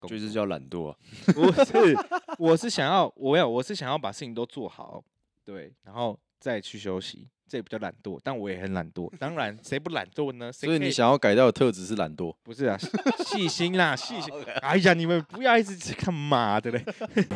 工作。 就是叫懒惰啊。 不是，我是想要把事情都做好，对，然后再去休息，这也比较懒惰，但我也很懒惰。当然，谁不懒惰呢？ 所以你想要改掉的特质是懒惰。 不是啊，细心啦，细心。哎呀，你们不要一直干嘛的嘞？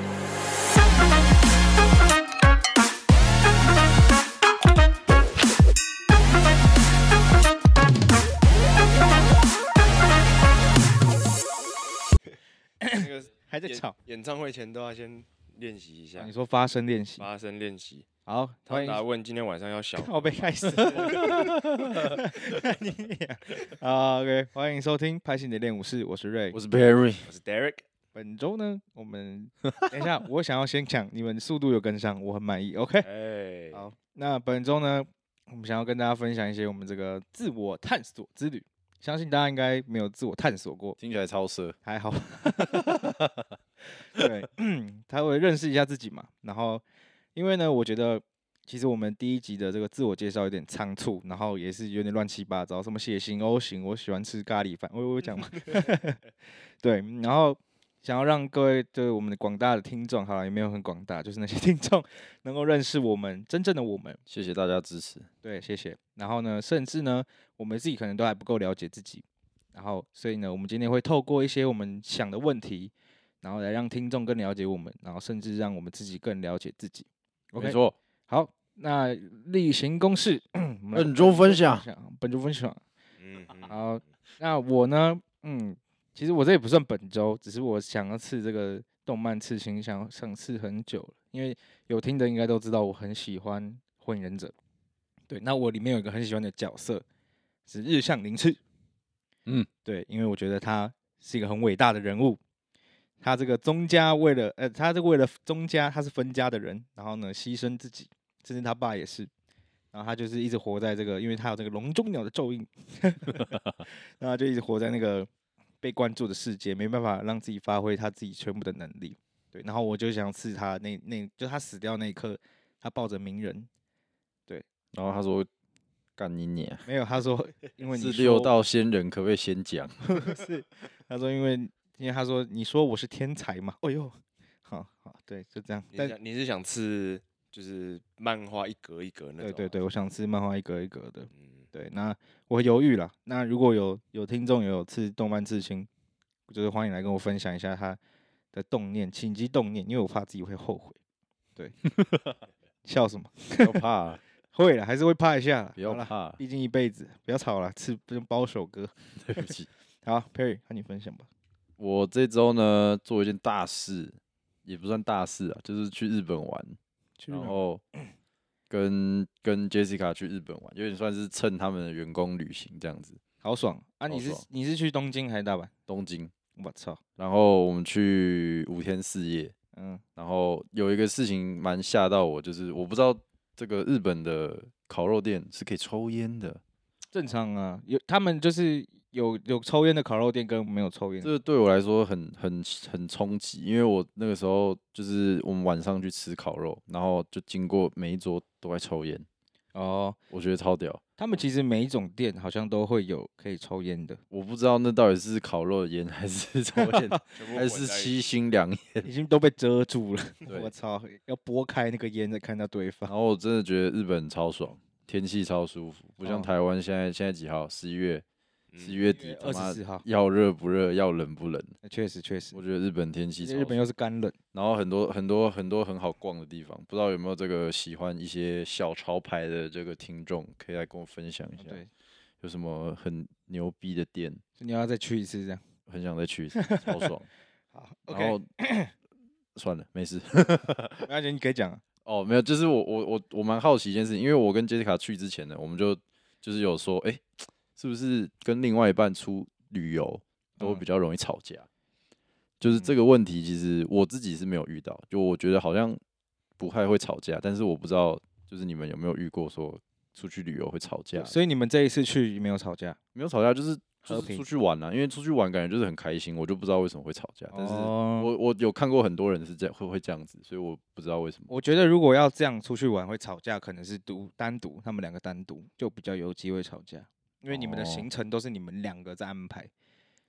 那个还在吵？ 演唱会前都要先练习一下你，说发声练习？ 发声练习。 好，欢迎大家问今天晚上要小靠背开始。OK， 欢迎收听拍戏的练舞室，我是瑞， 我是 Perry， 我是 Derek。 本周呢，我们等一下，我想要先讲，你们速度有跟上，我很满意。OK， 哎， 好，那本周呢，我们想要跟大家分享一些我们这个自我探索之旅。相信大家应该没有自我探索过， 听起来超色。 还好。对，他会认识一下自己嘛。然后，因为呢，我觉得其实我们第一集的这个自我介绍有点仓促，然后也是有点乱七八糟，什么血型 O 型，我喜欢吃咖喱饭，我有讲吗？对，然后想要让各位对我们的广大的听众，好了，也没有很广大，就是那些听众能够认识我们真正的我们。 谢谢大家支持。 对，谢谢。然后呢，甚至呢，我们自己可能都还不够了解自己。然后，所以呢，我们今天会透过一些我们想的问题，然后来让听众更了解我们，然后甚至让我们自己更了解自己。OK， 没错。 好，那例行公事， 本周分享。 本周分享。 嗯， 好，那我呢，其实我这也不算本周，只是我想要刺这个动漫刺青，想刺很久了，因为有听的应该都知道我很喜欢《火影忍者》。对，那我里面有一个很喜欢的角色是日向宁次。对，因为我觉得他是一个很伟大的人物。他这个宗家他这个为了宗家，他是分家的人，然后呢牺牲自己，甚至他爸也是。然后他就是一直活在这个，因为他有这个笼中鸟的咒印，然后就一直活在那个被关注的世界，没办法让自己发挥他自己全部的能力。对，然后我就想刺他就他死掉那一刻，他抱着鸣人。对， 然后他说：“干你娘！” 没有，他说因为你是六道仙人，可不可以先讲？ 是，他说因为他说你说我是天才嘛，哎呦，好，对，就这样。 你是想刺就是漫画一格一格那种？ 对，我想刺漫画一格一格的。对，那我犹豫了。那如果有听众有刺动漫刺青，就是欢迎来跟我分享一下他的动念，紧急动念，因为我怕自己会后悔。对，笑什么？ 不要怕， 会了，还是会怕一下。 不要怕， 毕竟一辈子，不要吵了，不用包首歌。 对不起。 好 ，Perry， 和你分享吧。 我这周呢做一件大事，也不算大事啊，就是去日本玩，然后跟 Jessica 去日本玩，有点算是蹭他们的员工旅行这样子。 好爽啊！ 好爽你是去东京还是大阪？ 东京。 我操！ 然后我们去5天4夜。然后有一个事情蛮吓到我，就是我不知道这个日本的烤肉店是可以抽烟的。 正常啊，他们就是有抽烟的烤肉店跟没有抽烟。 这个对我来说很冲击，因为我那个时候就是我们晚上去吃烤肉，然后就经过每一桌都在抽烟。 哦， 我觉得超屌。 他们其实每一种店好像都会有可以抽烟的。 我不知道那到底是烤肉的烟还是抽烟，还是七星凉烟， 已经都被遮住了。 对， 我操，要拨开那个烟才看到对方。 然后我真的觉得日本超爽，天气超舒服，不像台湾现在几号？11月底， 24号， 要热不热，要冷不冷？ 确实， 我觉得日本天气超爽， 日本又是干冷， 然后很多很好逛的地方，不知道有没有这个喜欢一些小潮牌的这个听众，可以来跟我分享一下， 对，有什么很牛逼的店？ 你要再去一次这样？ 很想再去一次，超爽。 好， 然后算了，没事， 没关系，你可以讲啊。 哦，没有，就是我蛮好奇一件事情，因为我跟杰西卡去之前呢，我们就是有说，是不是跟另外一半出旅游都比较容易吵架？就是这个问题，其实我自己是没有遇到，就我觉得好像不太会吵架，但是我不知道，就是你们有没有遇过说出去旅游会吵架？ 所以你们这一次去没有吵架？ 没有吵架，就是出去玩啊，因为出去玩感觉就是很开心，我就不知道为什么会吵架。但是我有看过很多人是会这样子，所以我不知道为什么。 我觉得如果要这样出去玩会吵架，可能是单独，他们两个单独就比较有机会吵架。因为你们的行程都是你们两个在安排，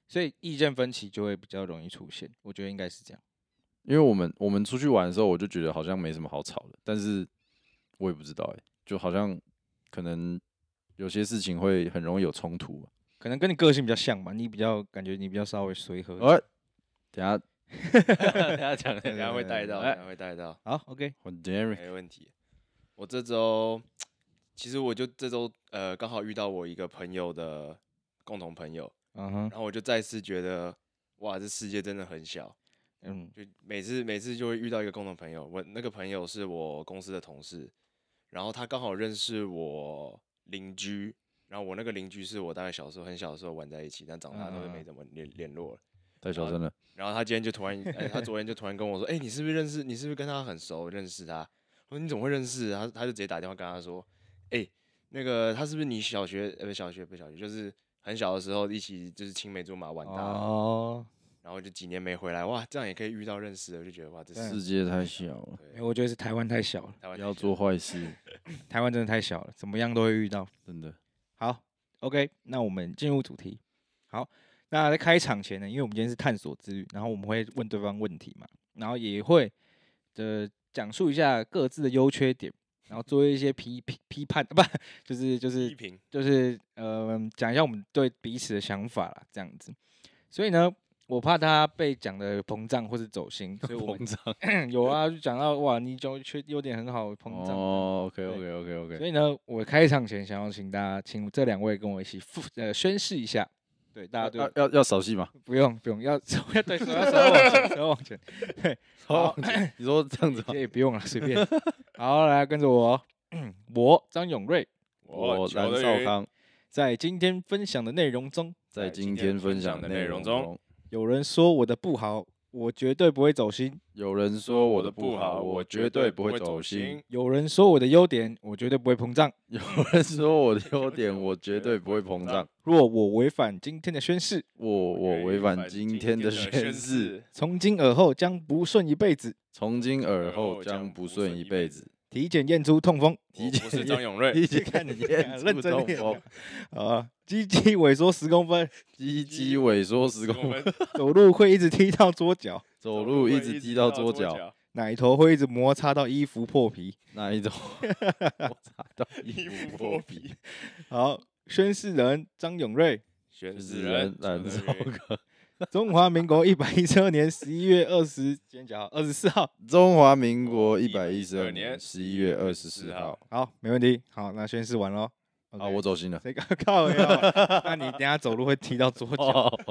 所以意见分歧就会比较容易出现，我觉得应该是这样。 因为我们出去玩的时候，我就觉得好像没什么好吵的，但是我也不知道就好像可能有些事情会很容易有冲突吧。 可能跟你个性比较像吧，你比较感觉你比较稍微随和一点。 哎，等一下等一下讲， 等一下会带到， 哎等一下会带到， 好，OK， 我 Derek 没问题。我这周其实我就这周刚好遇到我一个朋友的共同朋友， 嗯哼， 然后我就再次觉得哇，这世界真的很小。 嗯就每次就会遇到一个共同朋友，我那个朋友是我公司的同事，然后他刚好认识我邻居，然后我那个邻居是我大概小时候很小的时候玩在一起，但长大都是没怎么联络了。 太小声了， 然后他今天就突然，他昨天就突然跟我说，你是不是认识？你是不是跟他很熟，认识他？我说你怎么会认识？他就直接打电话跟他说，那个他是不是你小学不是小学，就是很小的时候一起就是青梅竹马玩大的， 哦， 然后就几年没回来，哇，这样也可以遇到认识的，我就觉得哇，这对世界太小了， 对因为我觉得是台湾太小了， 台湾不要做坏事， 台湾真的太小了，怎么样都会遇到。 真的。 好，OK，那我们进入主题。好，那在开场前呢，因为我们今天是探索之旅，然后我们会问对方问题嘛，然后也会讲述一下各自的优缺点，然后做一些批判，不，就是批评， 讲一下我们对彼此的想法啦，这样子。所以呢，我怕他被讲的膨胀或是走心，所以我们膨胀有啊，就讲到哇，你优点很好，膨胀。 哦，OK， 所以呢，我开场前想要请大家，请这两位跟我一起宣誓一下，对大家对要扫戏吗？ 不用，要对手要往前，手要往前，对，好， 你说这样子吗？ 也不用了，随便。好，来跟着我，我张永瑞， 我蓝邱德宇少康， 在今天分享的内容中， 在今天分享的内容中， 有人说我的不好，我绝对不会走心； 有人说我的不好，我绝对不会走心； 有人说我的优点，我绝对不会膨胀。 有人说我的优点，我绝对不会膨胀。 若我违反今天的宣誓， 我违反今天的宣誓， 从今而后将不顺一辈子。 从今而后将不顺一辈子。 体检验出痛风， 我是张永瑞， 体检看你验认真念出痛风， 啊，鸡鸡萎缩10公分， 鸡鸡萎缩10公分， 走路会一直踢到桌角， 走路一直踢到桌角， 奶头会一直摩擦到衣服破皮。 那一种摩擦到衣服破皮。 好，宣誓人张永瑞， 宣是誓人蓝少康， 中华民国112年11月20，今天几号？24号。 中华民国112年11月24号。 好，没问题。好，那宣誓完喽。 好，我走心了。 谁靠呀？那你等下走路会踢到桌角。 哦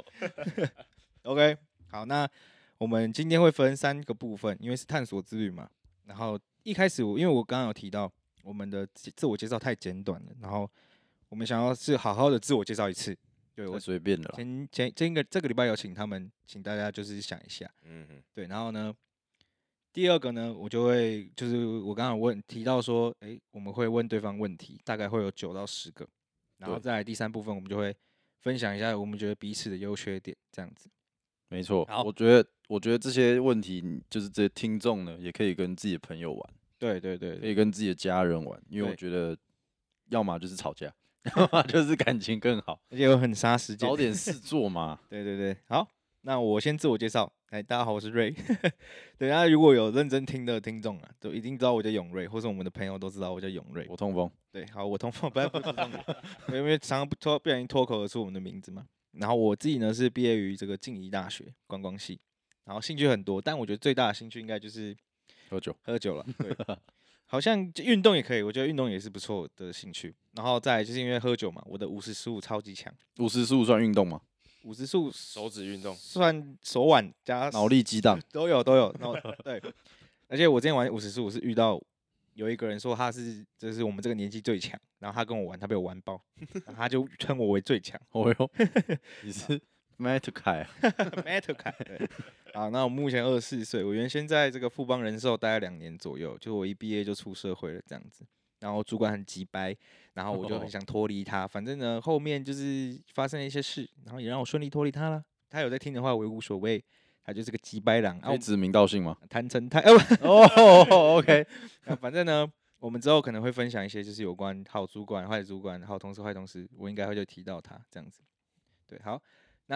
OK，好，那我们今天会分3个部分，因为是探索之旅嘛。然后一开始因为我刚刚有提到我们的自我介绍太简短了，然后我们想要是好好的自我介绍一次。对我太随便了啦。 这个礼拜有请他们，请大家就是想一下， 嗯哼， 对，然后呢，第二个呢，我就会就是我刚刚提到说，我们会问对方问题，大概会有9到10个，然后对再来第3部分，我们就会分享一下我们觉得彼此的优缺点，这样子。 没错好， 我觉得这些问题，就是这些听众呢，也可以跟自己的朋友玩， 对， 可以跟自己的家人玩，因为我对觉得，要么就是吵架，要么就是感情更好， 而且又很杀时间找。点事做嘛。 对，好，那我先自我介绍，大家好，我是瑞。对，大家如果有认真听的听众啊，都一定知道我叫永瑞，或是我们的朋友都知道我叫永瑞。 我痛风， 对，好，我同风不是痛风，因为常常不小心脱口而出我们的名字嘛。然后我自己呢是毕业于这个静宜大学观光系，然后兴趣很多，但我觉得最大的兴趣应该就是喝酒， 喝酒了。对，好像就运动也可以，我觉得运动也是不错的兴趣。然后再来就是因为喝酒嘛，我的50-15超级强 50-15算运动吗？ ，50-15 手指运动， 算手腕加脑力激荡， 都有。然后对，而且我之前玩50-15是遇到有一个人说这是我们这个年纪最强，然后他跟我玩，他被我玩爆，然后他就称我为最强。 哦哟，你是 Matt 凯啊？ Matt 凯，对，好，那我目前24岁，我原先在这个富邦人寿待了2年左右，就我一毕业就出社会了这样子。然后主管很急掰，然后我就很想脱离他，反正呢后面就是发生了一些事，然后也让我顺利脱离他了。他有在听的话，我也无所谓，他就是个急掰狼啊。 可以指名道姓吗？ 谭成泰， 哦，OK， 反正呢，我们之后可能会分享一些就是有关好主管、坏主管、好同事、坏同事，我应该会就提到他这样子。对，好，那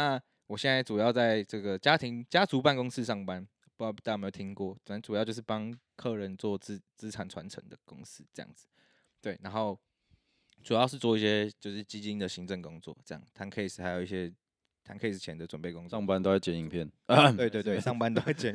我现在主要在这个家族办公室上班，不知道大家有没有听过？反正主要就是帮客人做资产传承的公司这样子。对，然后主要是做一些就是基金的行政工作，这样谈 case， 还有一些谈 case 前的准备工作。 上班都在剪影片， 对对对，上班都在剪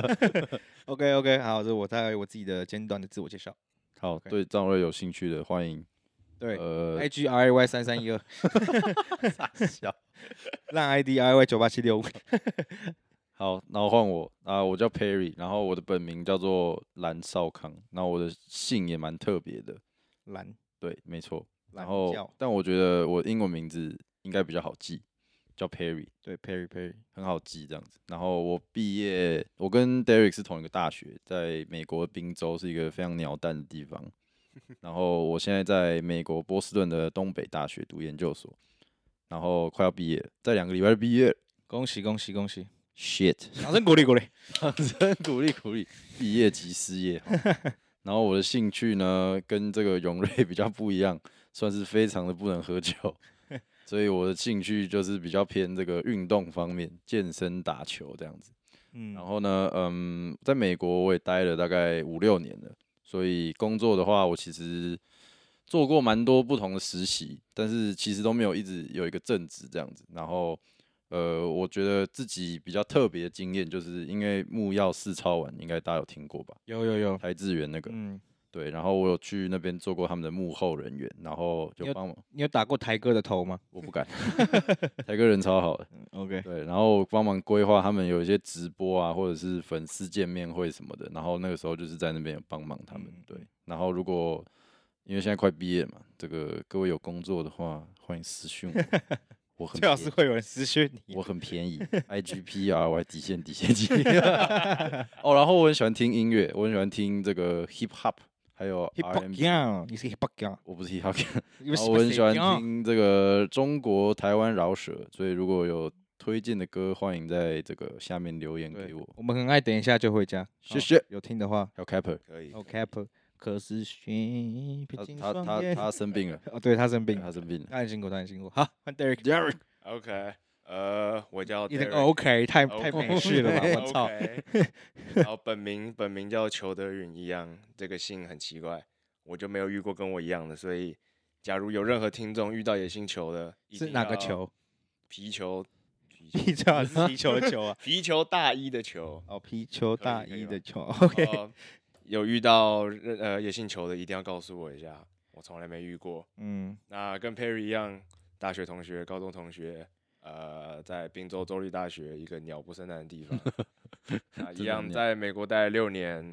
reels。OK OK， 好，这是大概我自己的简短的自我介绍。 好， OK 对张瑞有兴趣的欢迎。 对 ，IG ，IGRAY3312， 小。 烂 ID RY98765。 好，然后换我啊，我叫 Perry，然后我的本名叫做蓝少康，然后我的姓也蛮特别的， 蓝对，没错。然蓝后教， 但我觉得我英文名字应该比较好记，叫 Perry， 对 Perry， 很好记这样子。然后我毕业，我跟 Derek 是同一个大学，在美国宾州是一个非常鸟蛋的地方。然后我现在在美国波士顿的东北大学读研究所，然后快要毕业了，再2个礼拜就毕业了。 恭喜恭喜恭喜！ Shit， 掌声鼓励鼓励。 真鼓励鼓励，毕业即失业。然后我的兴趣呢，跟这个永瑞比较不一样，算是非常的不能喝酒，所以我的兴趣就是比较偏这个运动方面，健身、打球这样子。然后呢，在美国我也待了大概5、6年了，所以工作的话，我其实做过蛮多不同的实习，但是其实都没有一直有一个正职这样子。然后我觉得自己比较特别的经验，就是因为木曜4超玩，应该大家有听过吧？ 有， 台智源那个，对，然后我有去那边做过他们的幕后人员，然后就帮忙。 你有打过台哥的头吗？ 我不敢，台哥人超好的。 OK， 对，然后帮忙规划他们有一些直播啊，或者是粉丝见面会什么的，然后那个时候就是在那边有帮忙他们。对，然后如果因为现在快毕业嘛，这个各位有工作的话，欢迎私讯我。我很最好是会有人私讯你。 我很便宜，IGPRY 底线几。哦，然后我很喜欢听音乐，我很喜欢听这个 hip hop， 还有 Hip Hop R&B。 Gang，你是 Hip Hop Gang， 我不是 hip hop， 你然后我很喜欢听这个中国台湾饶舌，所以如果有推荐的歌，欢迎在这个下面留言给我。 我们很爱等一下就回家， 谢谢。 有听的话， 还有 Capper， 可以。 Capper，可是寻不尽双眼。 他生病了。 哦，对他生病， 他生病了。 他很辛苦，他很辛苦。好，换 Derek。 OK，我叫一定 Derek OK， 太美式了吧？我操！ OK， 然后本名叫裘德允一样，这个姓很奇怪，我就没有遇过跟我一样的，所以假如有任何听众遇到也姓裘的， 是哪个球？ 皮球， 皮球是皮球的球啊？ 皮球大衣的球。 哦，皮球大衣的球。OK， 有遇到也姓裘的，一定要告诉我一下，我从来没遇过。那跟 Perry 一样，大学同学、高中同学，在宾州州立大学一个鸟不生蛋的地方，一样在美国待了6年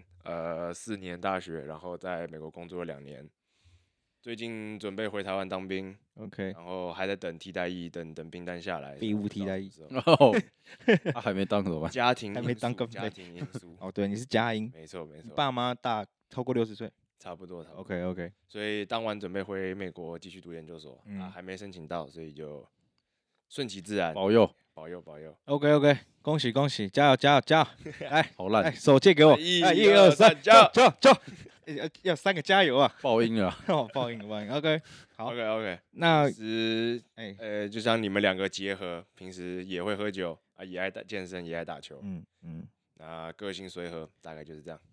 ，4年大学，然后在美国工作了2年，最近准备回台湾当兵 ，OK， 然后还在等替代役，等兵单下来， 义务替代役， 他还没当怎么办？ 家庭还没当个家庭因素。 哦，对，你是佳音， 没错， 爸妈大超过60岁， 差不多。 OK， 所以当晚准备回美国继续读研究所，还没申请到，所以就顺其自然， 保佑。 OK， 恭喜，加油！来， 好烂， 手借给我 ，1、2、3，加油！要3个加油啊！ 爆音了， 爆音 ，OK， 好 ，OK， 那就像你们2个结合，平时也会喝酒啊，也爱健身，也爱打球，那个性随和，大概就是这样。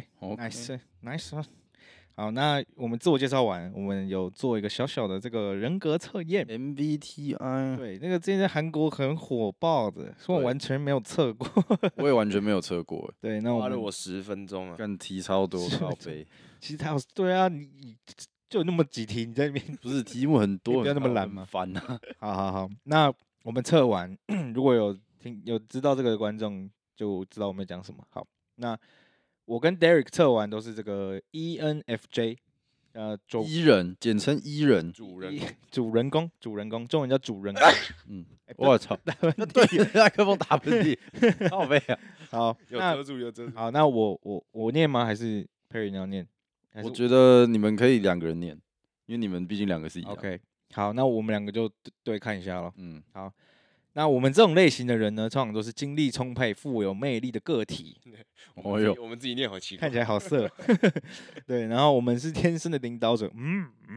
OK，nice。好，那我们自我介绍完，我们有做一个小小的这个人格测验 MBTI。 对，那个之前在韩国很火爆的，说我完全没有测过。 我也完全没有测过。 对，那花了我10分钟啊， 干题超多，靠背。 其实他对啊，你就那么几题，你在那边不是题目很多， 不要那么懒嘛， 烦啊。 好，那我们测完，如果有知道这个的观众就知道我们讲什么。好，那我跟 Derek 测完都是这个 ENFJ， 伊人，简称伊人， 主人公，中文叫主人公。 我操，对，麦克风打喷嚏，靠背啊。 好， 有遮住。 好，那我念吗？还是 Perry 你要念？ 我觉得你们可以2个人念，因为你们毕竟2个是一样。 OK， 好，那我们2个就对看一下咯。好。那我们这种类型的人呢，通常都是精力充沛、富有魅力的个体。 我们自己念好奇怪， 看起来好色。对，然后我们是天生的领导者，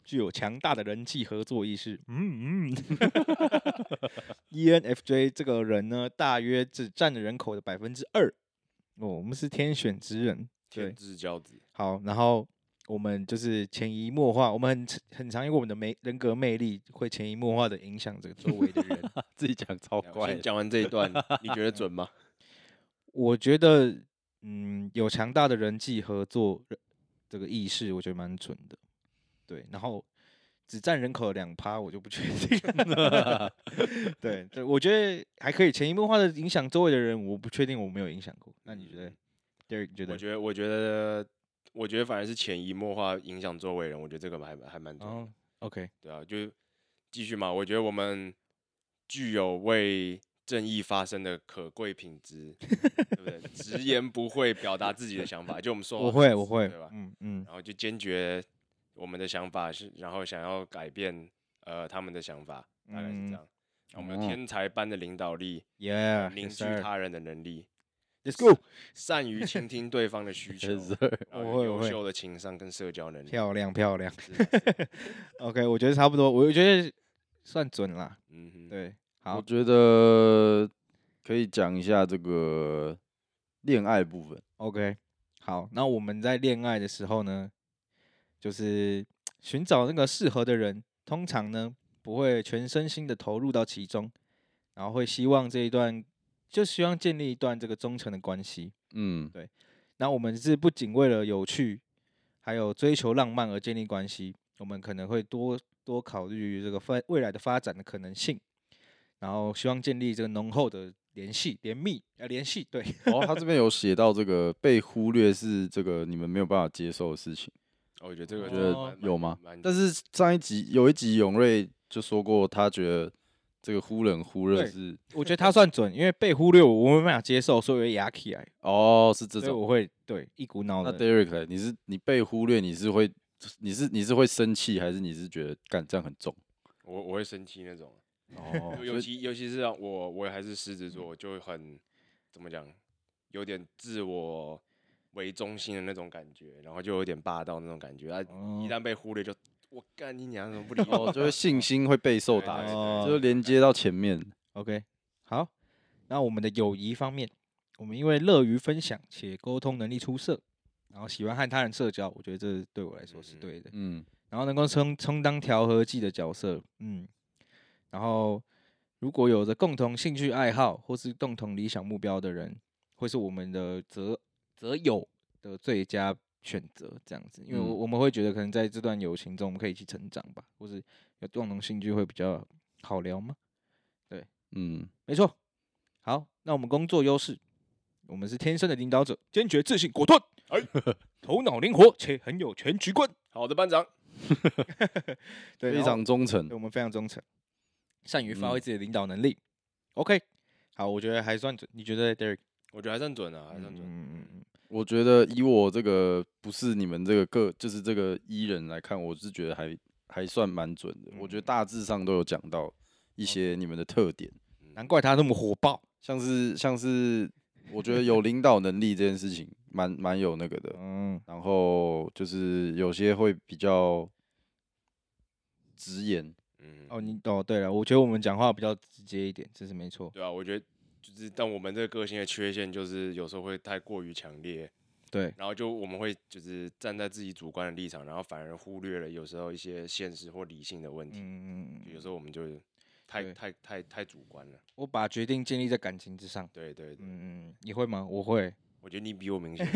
具有强大的人际合作意识。ENFJ 这个人呢，大约只占了人口的2%。哦，我们是天选之人。对天，之骄子。 好，然后我们就是潜移默化，我们很常用我们的人格魅力，会潜移默化的影响这个周围的人。 自己讲超怪的。 先讲完这一段，你觉得准吗？ 我觉得，有强大的人际合作这个意识，我觉得蛮准的。对，然后只占人口的2%，我就不确定了。对，我觉得还可以，潜移默化的影响周围的人，我不确定我没有影响过。那你觉得？Derek 觉得？ 我觉得反而是潜移默化影响周围人，我觉得这个还蛮准的。 哦，OK， 对啊，就继续嘛。我觉得我们具有为正义发声的可贵品质，对不对？直言不讳表达自己的想法，就我们说我会， 对吧？然后就坚决我们的想法是，然后想要改变他们的想法，大概是这样。我们有天才般的领导力，凝聚他人的能力。 Let's go， 善于倾听对方的需求，然后有优秀的情商跟社交能力。 漂亮漂亮。 是的是的 OK， 我觉得差不多，我觉得算准啦。对，好我，觉得可以讲一下这个恋爱部分。 OK，好，那我们在恋爱的时候呢，就是寻找那个适合的人，通常呢不会全身心的投入到其中，然后会希望希望建立一段这个忠诚的关系。那我们是不仅为了有趣，还有追求浪漫而建立关系，我们可能会多考虑这个未来的发展的可能性，然后希望建立这个浓厚的联系。对。 哦，他这边有写到这个被忽略是这个你们没有办法接受的事情， 我觉得这个我觉得有吗？ 蛮但是上有一集永瑞就说过，他觉得这个忽冷忽热对是我觉得他算准，因为被忽略我没办法接受，所以我会压起来， 哦，是这种。 所以我会一股脑那的。 Derek 嘞你被忽略，你是会生气，还是你是觉得干这样很重？ 我会生气那种。 哦， 尤其是我还是狮子座，就会很怎么讲，有点自我为中心的那种感觉，然后就有点霸道那种感觉。一旦被忽略就，我干你娘，怎么不理我？ 哦，就会信心会备受打击， 哦就连接到前面。 OK，好，那我们的友谊方面，我们因为乐于分享且沟通能力出色，然后喜欢和他人社交，我觉得这对我来说是对的。然后能够充当调和剂的角色，然后如果有着共同兴趣爱好或是共同理想目标的人，会是我们的择友的最佳选择，这样子，因为我们会觉得可能在这段友情中，我们可以一起成长吧，或是有共同兴趣会比较好聊吗？对，没错。好，那我们工作优势，我们是天生的领导者，坚决、自信、果断，头脑灵活且很有全局观。 好的，班长。 对， 非常忠诚对，我们非常忠诚，善于发挥自己的领导能力。OK，好，我觉得还算准。你觉得 Derek？ 我觉得还算准啊，还算准。 我觉得以我这个不是你们这个就是这个E人来看，我是觉得还算蛮准的。我觉得大致上都有讲到一些你们的特点， 难怪他那么火爆。 像是我觉得有领导能力这件事情蛮有那个的。然后就是有些会比较直言。 对了，我觉得我们讲话比较直接一点，这是没错。 对啊，我觉得但我们这个个性的缺陷就是有时候会太过于强烈。 对， 然后我们会就是站在自己主观的立场，然后反而忽略了有时候一些现实或理性的问题。有时候我们就太主观了。 我把决定建立在感情之上。 对。 你会吗？我会。 我觉得你比我明显。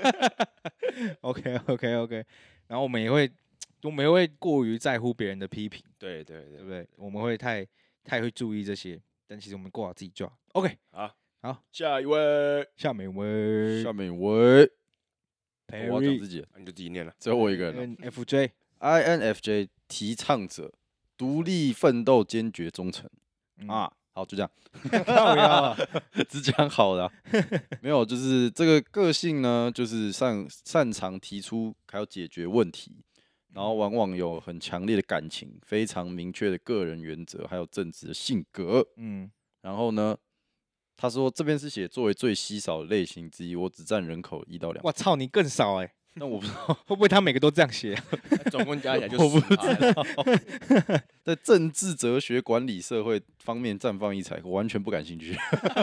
OK， 然后我们也会过于在乎别人的批评。 对不对？我们会太会注意这些，但其实我们过好自己就好。OK， 好， 下一位， 下面一位， 我要讲自己， 你就自己念了， 只有我一个人。 INFJ 提倡者，独立奋斗，坚决忠诚。好，就这样。 靠腰啊， 只讲好的没有，就是这个个性呢，就是擅长提出还有解决问题，然后往往有很强烈的感情，非常明确的个人原则，还有正直的性格。然后呢，他说这边是写作为最稀少的类型之一，我只占人口1到2%。 我操，你更少哎！ 但我不知道会不会他每个都这样写啊？ 总共加起来就我不 10%了。 在政治、哲学、管理、社会方面绽放异彩，我完全不感兴趣。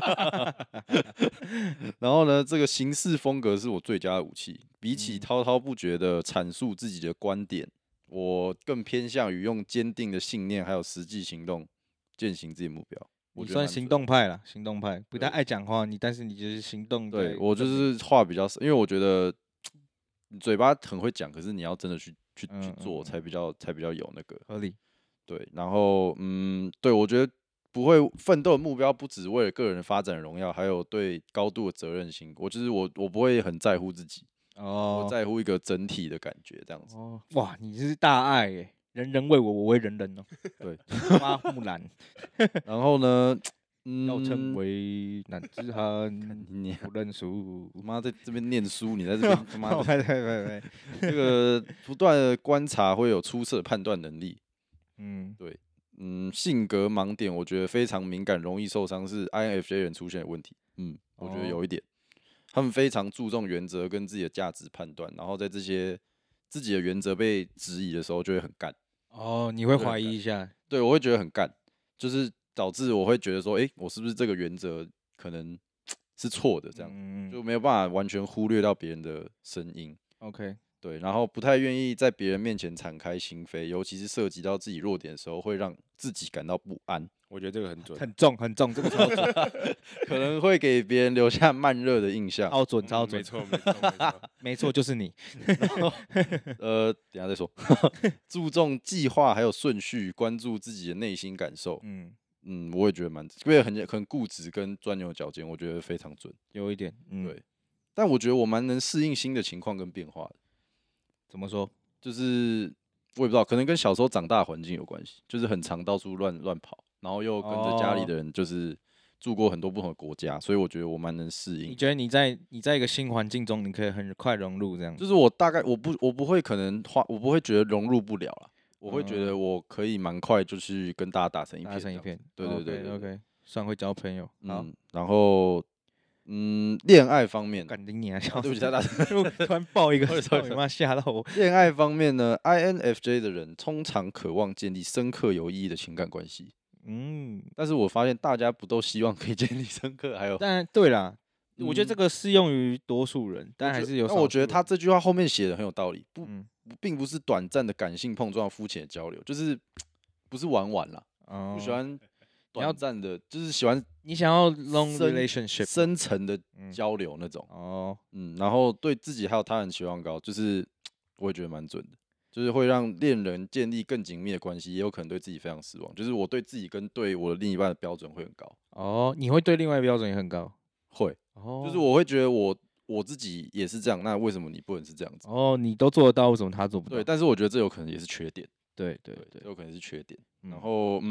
然后呢，这个行事风格是我最佳的武器。比起滔滔不绝的阐述自己的观点，我更偏向于用坚定的信念还有实际行动践行自己的目标。我你算行觉得蛮准动派啦，行动派，不太对爱讲话，但是你就是行动在对证明。 我就是话比较少，因为我觉得你嘴巴很会讲，可是你要真的去做，才比较有那个。 合理。 对，然后对我觉得不会奋斗的目标不只为了个人的发展荣耀，还有对高度的责任心。就是我不会很在乎自己，我哦在乎一个整体的感觉这样子。 哦，哇，你是大爱耶，人人为我，我为人人哦。 对， 花木兰然后呢， 要成为男子汉， 你不认输。 妈在这边念书，你在这边他妈的对， 这个不断的观察会有出色的判断能力。 嗯， 性格盲点，我觉得非常敏感，容易受伤，是 INFJ 人出现的问题。我觉得有一点，他们非常注重原则跟自己的价值判断，然后在这些自己的原则被质疑的时候，就会很干。 哦，你会怀疑一下， 对，我会觉得很干，就是导致我会觉得说，我是不是这个原则可能是错的，这样就没有办法完全忽略到别人的声音。 OK， 对，然后不太愿意在别人面前敞开心扉，尤其是涉及到自己弱点的时候，会让自己感到不安， 我觉得这个很准， 很重很重，这个超准， 可能会给别人留下慢热的印象。 超准超准， 没错没错没错。 没错，就是你。 等一下再说。注重计划还有顺序，关注自己的内心感受。我也觉得因为很固执跟钻牛角尖，我觉得非常准。 有一点， 对，但我觉得我蛮能适应新的情况跟变化的。 怎么说？ 就是我也不知道，可能跟小时候长大环境有关系，就是很常到处乱跑，然后又跟着家里的人就是住过很多不同的国家，所以我觉得我蛮能适应。 你觉得你在一个新环境中，你可以很快融入这样？ 就是我大概我不会我不会觉得融入不了啦，我会觉得我可以蛮快就是跟大家打成一片。 打成一片。 对对对对 OK，算会交朋友。好， 然后恋爱方面， 敢顶你啊！ 对不起，太大声。 突然爆一个， Sorry， 你妈吓到我。 恋爱方面呢，INFJ 的人通常渴望建立深刻有意义的情感关系。但是我发现大家不都希望可以建立深刻，还有， 但对啦，我觉得这个适用于多数人，但还是有。 但我觉得他这句话后面写的很有道理，并不是短暂的感性碰撞、肤浅的交流，就是不是玩玩啦，不喜欢短暂的，就是喜欢你想要 long relationship 深层的交流那种。然后对自己还有他人期望高，就是我也觉得蛮准的。就是会让恋人建立更紧密的关系，也有可能对自己非常失望。就是我对自己跟对我的另一半的标准会很高。 你会对另外一个标准也很高？ 会。就是我会觉得我自己也是这样，那为什么你不能是这样子？ 你都做得到，为什么他做不到？ 对，但是我觉得这有可能也是缺点。 对， 有可能是缺点。然后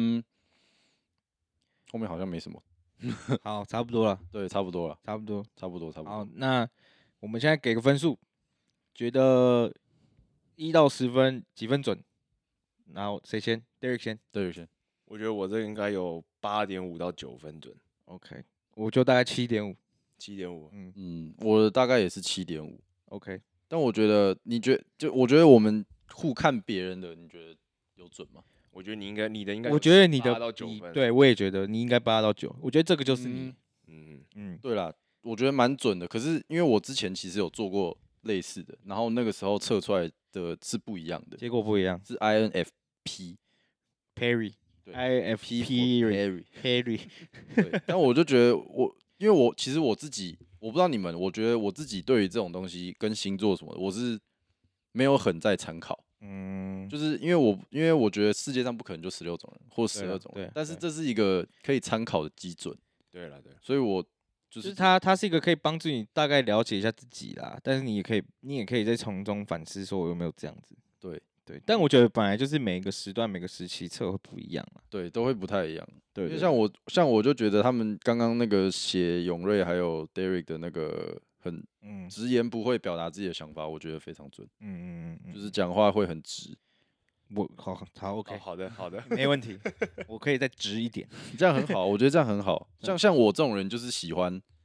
后面好像没什么。 好，差不多了。 对，差不多了。 差不多。好， 多。 那我们现在给个分数，觉得1到10分几分准？然后谁先 ？Derek 先。 Derek 先。 我觉得我这个应该有8.5到9分准。 OK，我就大概7.5。 7.5。 我的大概也是7.5。 OK， 但我觉得我觉得我们互看别人的，你觉得有准吗？ 我觉得你的应该， 我觉得你的 8到9分。 对，我也觉得你应该8到9。我觉得这个就是你。 对啦，我觉得蛮准的。可是因为我之前其实有做过类似的，然后那个时候测出来的是不一样的， 结果不一样， 是 INFP Perry。 对，但我就觉得因为其实我自己，我不知道你们，我觉得我自己对于这种东西跟星座什么的，我是没有很在参考。就是因为我觉得世界上不可能就16种人或12种人，但是这是一个可以参考的基准。 对， 所以我就是它是一个可以帮助你大概了解一下自己啦，但是你也可以在从中反思，说我有没有这样子。对，但我觉得本来就是每个时段每个时期测会不一样啦。 对，都会不太一样。 对， 因为像我就觉得他们刚刚那个写永瑞还有 Derek 的那个很直言不讳表达自己的想法，我觉得非常准。就是讲话会很直。 好 OK， 好的， 没问题，我可以再直一点。 这样很好，我觉得这样很好。像我这种人就是喜欢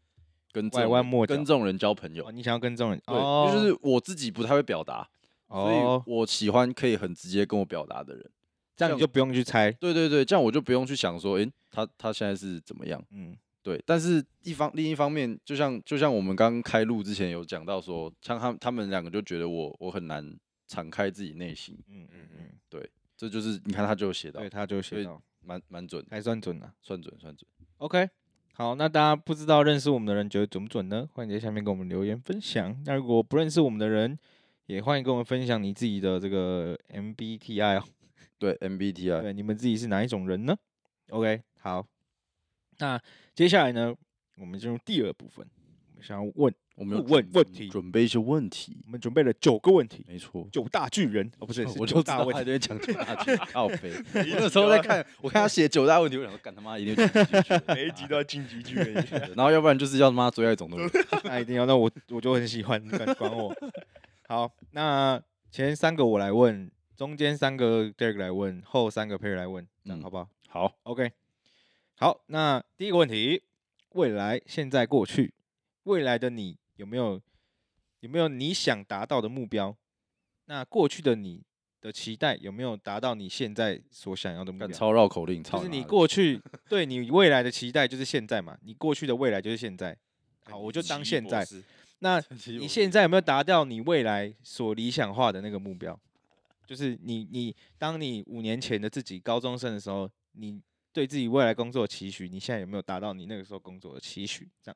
拐弯抹角跟这种人交朋友。 哦，你想要跟这种人， 对， 哦， 就是我自己不太会表达，所以哦， 我喜欢可以很直接跟我表达的人。 这样你就不用去猜， 对对对，这样我就不用去想说，他现在是怎么样？ 嗯对，但是另一方面，就像我们刚开录之前有讲到说，像他们两个就觉得我很难敞开自己内心，对，这就是你看他就有写到对，，他就写到， 蛮准的， 还算准啊。 算准。 OK，好，那大家不知道认识我们的人觉得准不准呢？欢迎在下面跟我们留言分享。那如果不认识我们的人，也欢迎跟我们分享你自己的这个 MBTI 哦。 对 MBTI， 对，你们自己是哪一种人呢？OK，好，那接下来呢，我们进入第二部分，我们想要问， 我们有问问题准备一些问题， 我们准备了9个问题， 没错。 9大巨人哦，不是，是9 我就知道大问题。 他在讲九大巨靠背。我那时候在看，我看他写9大问题，我想说，干他妈一定有进去每一集都要晋级巨人， 然后要不然就是要他妈追爱总动员。 那一定要，那我就很喜欢，管我。好，那前3个我来问，中间3个 Derek 来问，后3个 Perry 来问，这样好不好好， ？OK，好，那第一个问题，未来、现在、过去，未来的你有没有你想达到的目标？那过去的你的期待有没有达到你现在所想要的目标？ 干超绕口令， 就是你操妈的过去对你未来的期待就是现在嘛，你过去的未来就是现在。好，我就当奇异现在。 博士那奇异博士你现在有没有达到你未来所理想化的那个目标？就是当你5年前的自己高中生的时候，你对自己未来工作的期许，你现在有没有达到你那个时候工作的期许？这样，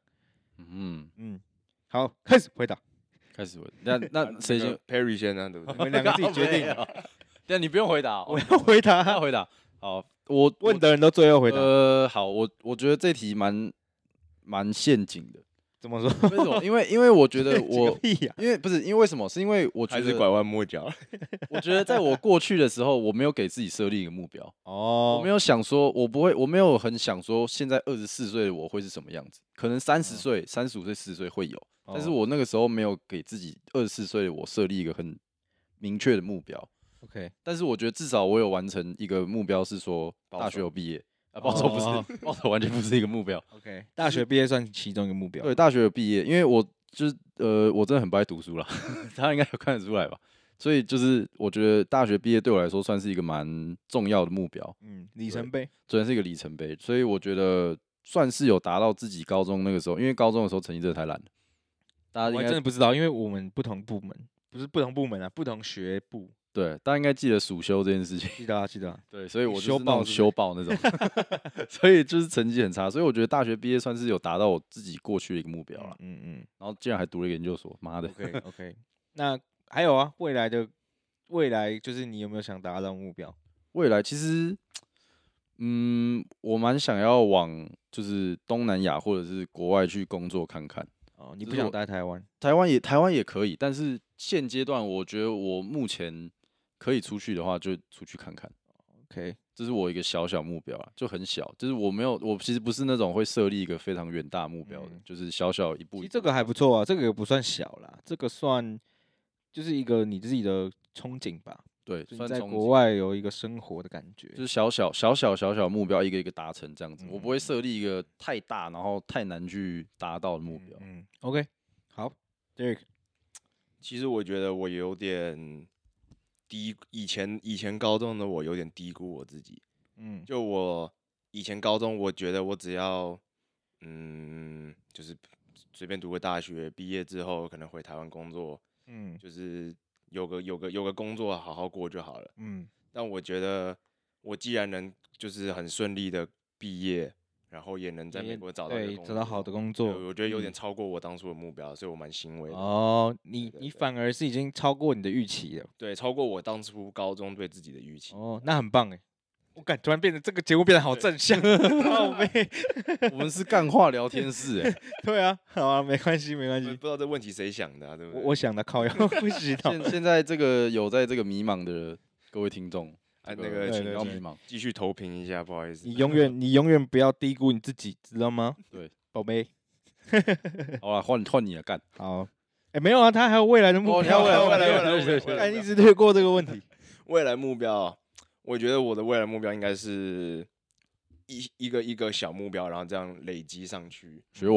好，开始回答， 开始问，那谁先？ Perry 先呢？对不你对？ 们2个自己决定。 但你不用回答哦， 我要回他要答， 回答。好，我问的人都最后回答。 好，我觉得这题蛮陷阱的。 怎么说？ 为什么？因为我觉得这个我， 屁呀！ 因为不是因为为什么？是因为我觉得还是拐弯抹角？ 我觉得在我过去的时候，我没有给自己设立一个目标， 哦， 我没有想说，我没有很想说，现在24岁的我会是什么样子，可能30岁、35岁、40岁会有，但是我那个时候没有给自己24岁的我设立一个很明确的目标。 OK， 但是我觉得至少我有完成一个目标，是说大学有毕业。报酬不是，报酬完全不是一个目标。 OK，大学毕业算其中一个目标。 对，大学有毕业，因为我就是我真的很不爱读书啦，大家应该有看得出来吧？所以就是我觉得大学毕业对我来说算是一个蛮重要的目标， 里程碑。 虽然是一个里程碑，所以我觉得算是有达到自己高中那个时候，因为高中的时候成绩真的太烂了，大家我还应该真的不知道，因为我们不同部门，不是不同部门啊，不同学部。 对，大家应该记得暑修这件事情。 记得啊，记得啊。 对，所以我你就是那种修爆是不是修爆那种，所以就是成绩很差，所以我觉得大学毕业算是有达到我自己过去的一个目标了。然后竟然还读了研究所，妈的！ OK OK，那还有啊，未来就是你有没有想达到的目标？ 未来其实，我蛮想要往就是东南亚或者是国外去工作看看。 哦，你不想就是我待台湾？ 台湾也可以，但是现阶段我觉得我目前可以出去的话，就出去看看。 OK， 这是我一个小目标啊，就很小，就是我其实不是那种会设立一个非常远大目标的，就是小一步一步。 其实这个还不错啊，这个也不算小啦，这个算就是一个你自己的憧憬吧。 对， 就你在算憧憬国外有一个生活的感觉。 就是小目标，一个一个达成这样子。我不会设立一个太大，然后太难去达到的目标。 OK，好，Derek， 其实我觉得我有点以前高中的我有点低估我自己。就我以前高中，我觉得我只要就是随便读个大学，毕业之后可能回台湾工作，就是有个工作好好过就好了。但我觉得我既然能就是很顺利的毕业，然后也能在美国找到一个工作， 找到好的工作， 我觉得有点超过我当初的目标，所以我蛮欣慰的。 哦，你反而是已经超过你的预期了。 对，超过我当初高中对自己的预期。 哦，那很棒哎！我感突然变得这个节目变得好正向，好妹。 我们是干话聊天室哎。 对啊，好啊，没关系没关系。 不知道这问题谁想的啊，对不对？ 我想的靠腰不知道。 现在这个有在这个迷茫的各位听众， 那个请不要迷茫。 继续投屏一下，不好意思。 你永远不要低估你自己，知道吗？ 对， 宝贝。 好了，换你了，干。 好，没有啊，他还有未来的目标。 未来干一直略过这个问题。 未来目标，我觉得我的未来目标应该是一个小目标，然后这样累积上去。 学我。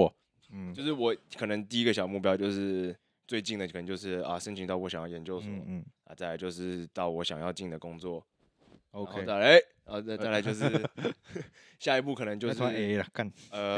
就是我可能第一个小目标就是最近的，可能就是申请到我想要研究所，再来就是到我想要进的工作 ，OK， 再来就是下一步可能就是 A 了，干，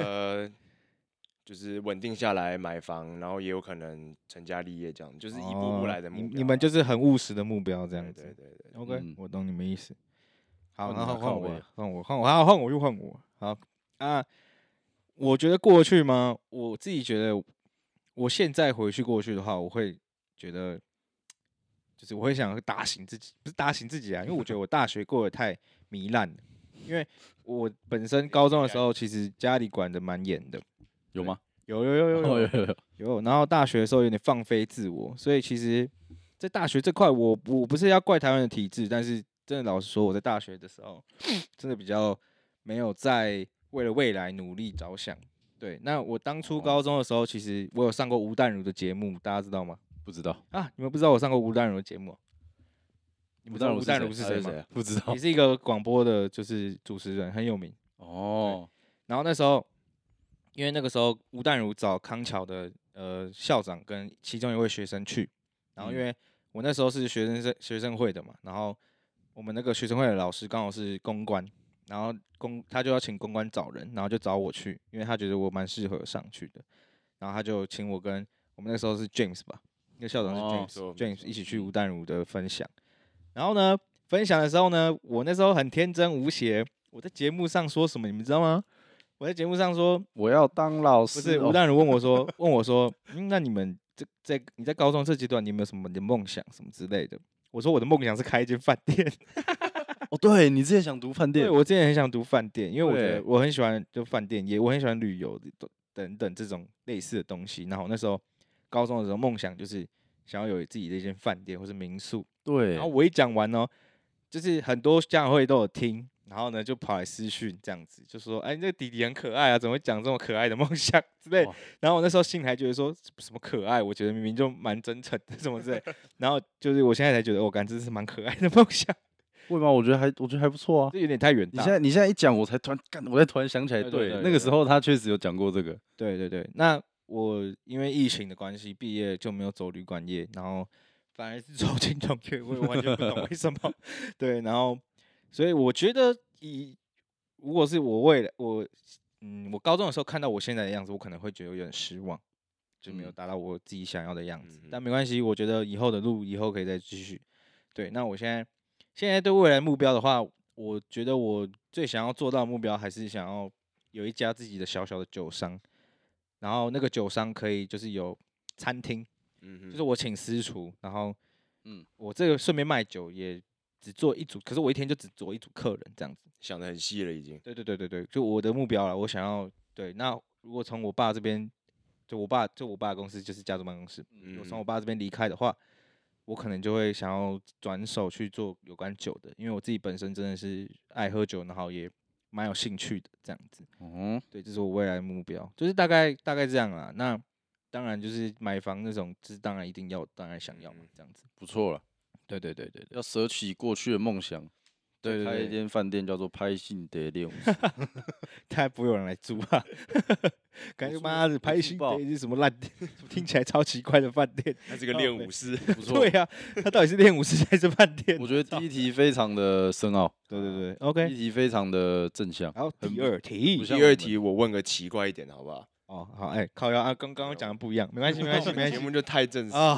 就是稳定下来买房，然后也有可能成家立业这样，就是一步步来的目标。 你们就是很务实的目标这样子。 对 OK，我懂你们意思。好，然后换我又换我。好啊，我觉得过去吗？我自己觉得，我现在回去过去的话，我会觉得，就是我会想打醒自己，不是打醒自己啊，因为我觉得我大学过得太糜烂了。因为我本身高中的时候，其实家里管得蛮严的。 有吗？ 有。然后大学的时候有点放飞自我，所以其实，在大学这块，我不是要怪台湾的体制，但是真的老实说，我在大学的时候，真的比较没有在为了未来努力着想。对，那我当初高中的时候，其实我有上过吴淡如的节目，大家知道吗？ 不知道啊，你们不知道我上过吴淡如的节目？你们知道吴淡如是谁吗？ 不知道。 也是一个广播的，就是主持人，很有名。然后那时候，因为那个时候吴淡如找康桥的校长跟其中一位学生去，然后因为我那时候是学生会的嘛，然后我们那个学生会的老师刚好是公关，然后他就要请公关找人，然后就找我去，因为他觉得我蛮适合上去的，然后他就请我跟我们那时候是 James 吧，那个校长是 James 一起去吴淡如的分享，然后呢分享的时候呢，我那时候很天真无邪，我在节目上说什么你们知道吗？我在节目上说我要当老师， 不是吴淡如问我说，那你们你在高中这阶段，你有没有什么你的梦想什么之类的？我说我的梦想是开一间饭店。 对你之前想读饭店， 对我之前很想读饭店，因为我觉得我很喜欢就饭店业，我很喜欢旅游等等这种类似的东西。然后那时候高中的时候，梦想就是想要有自己的一间饭店或是民宿。 对， 然后我一讲完哦，就是很多家长会都有听。然后呢，就跑来私讯这样子，就说：“哎，那个弟弟很可爱啊，怎么会讲这么可爱的梦想之类？”然后我那时候心里还觉得说什么可爱，我觉得明明就蛮真诚的什么之类。然后就是我现在才觉得，我感觉这是蛮可爱的梦想。 为什么？我觉得还不错啊。 这有点太远大。 你现在一讲，我才突然想起来，对，那个时候他确实有讲过这个。 对。那我因为疫情的关系，毕业就没有走旅馆业，然后反而是走金融业，我也完全不懂为什么。对，然后。所以我觉得，如果是我高中的时候看到我现在的样子，我可能会觉得有点失望，就没有达到我自己想要的样子。但没关系，我觉得以后的路以后可以再继续。对，那我现在对未来目标的话，我觉得我最想要做到的目标还是想要有一家自己的小小的酒商，然后那个酒商可以就是有餐厅，就是我请私厨，然后我这个顺便卖酒也。只做一组，可是我一天就只做一组客人这样子， 想得很细了已经。 对，就我的目标了，我想要对。那如果从我爸这边，就我爸的公司就是家族办公室，我从我爸这边离开的话，我可能就会想要转手去做有关酒的，因为我自己本身真的是爱喝酒，然后也蛮有兴趣的这样子。对，这是我未来的目标，就是大概这样啦。那当然就是买房那种，就是当然一定要，当然想要嘛，这样子不错了。 对， 要舍弃过去的梦想， 对， 开一间饭店叫做拍信得练武士， 太不会有人来租啊！感觉妈的拍信得是什么烂店，听起来超奇怪的饭店。 他是个练武士， 不错。 对呀，他到底是练武士还是饭店？ 我觉得第一题非常的深奥。 对 ，OK。 第一题非常的正向。 然后第二题我问个奇怪一点的好不好？ 哦，好，哎，靠腰啊，跟刚刚讲的不一样，没关系。 节目就太正式啊。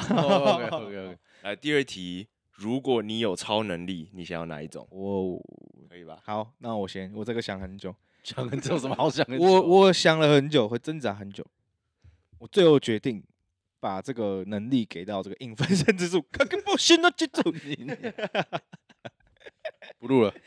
OK。 来，第二题。如果你有超能力，你想要哪一种？可以吧？ 好，那我这个想很久， 有什么好想很久？ 我想了很久，会挣扎很久，我最后决定把这个能力给到这个影分身之术，看不行了，记住你。 不录了，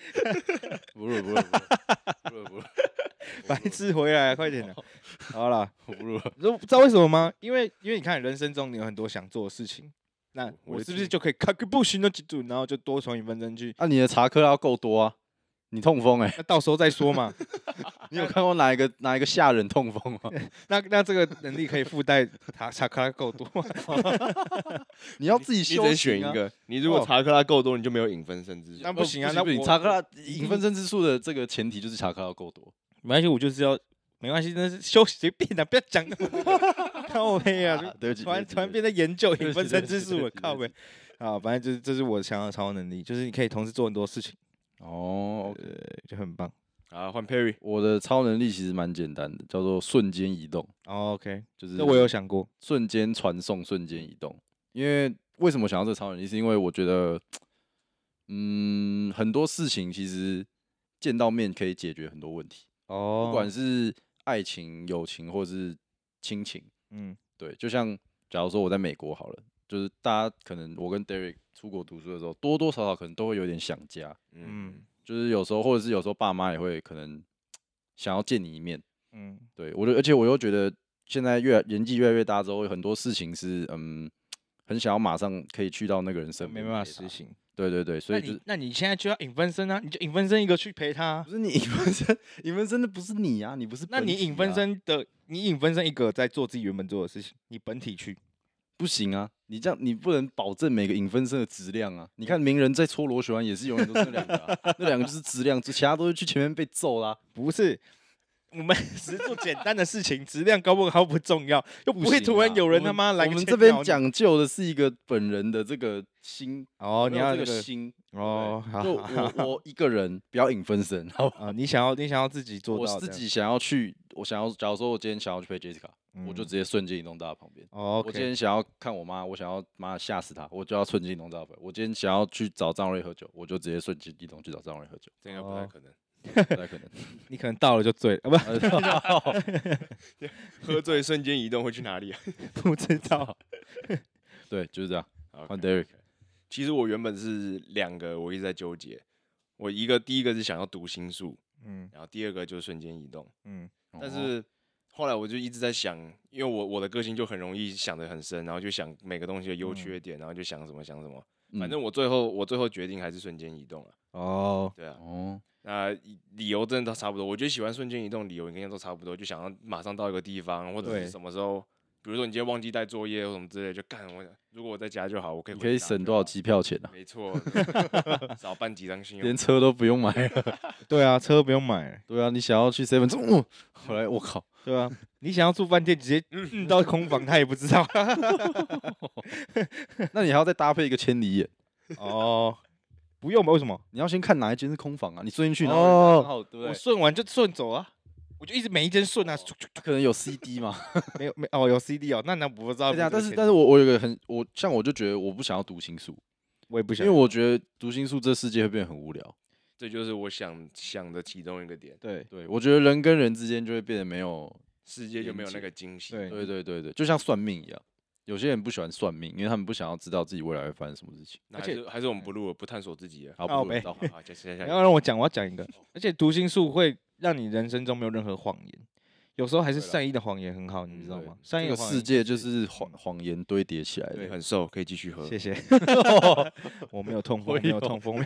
白痴回来，快点的。好了， 我不录了。 你知道为什么吗？因为你看人生中你有很多想做的事情。那我是不是就可以看个不行的记住，然后就多存1分钟去？ 你的查克拉够多啊！你痛风那到时候再说嘛。 你有看过哪一个下人痛风吗？ 那这个能力可以附带查克拉够多吗？ 你要自己修行啊。 你只选一个。你如果查克拉够多，你就没有影分身之术。 那不行啊，那查克拉影分身之术的这个前提就是查克拉够多。 没关系，我就是要没关系，那是休息随便的，不要讲那么靠背啊， 对不起， 突然变成研究对不起影分身之术了， 对不起靠背。啊，反正就是这是我想要的超能力，就是你可以同时做很多事情， 哦，OK， 就很棒。 啊，换 Perry， 我的超能力其实蛮简单的，叫做瞬间移动， 哦 OK， 就是这我有想过。 瞬间传送、瞬间移动。因为为什么想要这个超能力，是因为我觉得，很多事情其实见到面可以解决很多问题， 哦， 不管是爱情、友情或是亲情。 嗯对，就像假如说我在美国好了，就是大家可能我跟 Derek 出国读书的时候，多多少少可能都会有点想家， 嗯就是有时候或者是有时候爸妈也会可能想要见你一面。 嗯对而且我又觉得现在年纪越来越大之后，有很多事情是很想要马上可以去到那个人身边， 没办法实行。 对对对，所以就是那你现在就要影分身啊，你就影分身一个去陪他啊不。是你影分身，影分身的不是你啊，你不是、 那你影分身的，你影分身一个在做自己原本做的事情，你本体去。 不行啊，你这样你不能保证每个影分身的质量啊。你看名人在搓螺旋丸也是永远都是那两个、啊，那两个就是质量，其他都是去前面被揍啦、 不是，我们只做简单的事情，质量高不高不重要，又不会突然有人他妈来我们个千鸟你这边讲究的是一个本人的这个心哦，你有没有这要那个个心哦，好就我一个人不要影分身，好不好？ 啊，你想要自己做我到这样， 自己想要去，假如说我今天想要去陪 Jessica，、我就直接瞬间移动到她旁边。 哦我今 OK， 天想要看我妈，我想要妈吓死她，我就要瞬间移动到她旁边。我今天想要去找张瑞喝酒，我就直接瞬间移动去找张瑞喝酒， 这个不太可能。 不太可能。 你可能到了就醉了，啊喝醉瞬间移动会去哪里啊？ 不知道， 对，就是这样。换 OK Derek， 其实我原本是2个，我一直在纠结。第一个是想要读心术， 嗯然后第二个就是瞬间移动。 嗯但是后来我就一直在想，因为我的个性就很容易想得很深，然后就想每个东西的优缺点，然后就想什么想什么。反正我最后决定还是瞬间移动了。 哦， 对啊， 哦， 那理由真的都差不多。我觉得喜欢瞬间移动理由应该都差不多，就想要马上到一个地方，或者对是什么时候，比如说你今天忘记带作业或什么之类的，就干我。如果我在家就好，我可以你可以回去拿就好？ 省多少机票钱啊？ 没错，少办几张信用连卡。 车都不用买了。 对啊，车不用买， 对啊，你想要去 Seven，后来我靠， 对啊，你想要住饭店，直接到空房，他也不知道。 那你还要再搭配一个千里眼， 哦，不用吧？为什么？ 你要先看哪一间是空房啊？你顺进去，然后哦刚好对不我对？ 顺完就顺走啊，我就一直每一间顺啊， 它可能有 CD 嘛？ 没哦，有 CD 哦，那不知道。 对啊，但是我有一个我就觉得我不想要读心术， 我也不想， 因为我觉得读心术这世界会变得很无聊。 这就是我想的其中一个点， 对对，我觉得人跟人之间就会变得没有， 世界就没有那个惊喜。 对对对对对，就像算命一样。有些人不喜欢算命，因为他们不想要知道自己未来会发生什么事情。 那还是我们不录了，不探索自己了。 好， 靠北不知道。 好，接下你来要让我讲，我要讲一个，而且读心术会让你人生中没有任何谎言，有时候还是对啦善意的谎言很好，你知道对吗？善意这个的谎言世界就是谎言堆叠起来的。 很瘦，可以继续喝。 谢谢，我没有痛风， 我没有有痛风。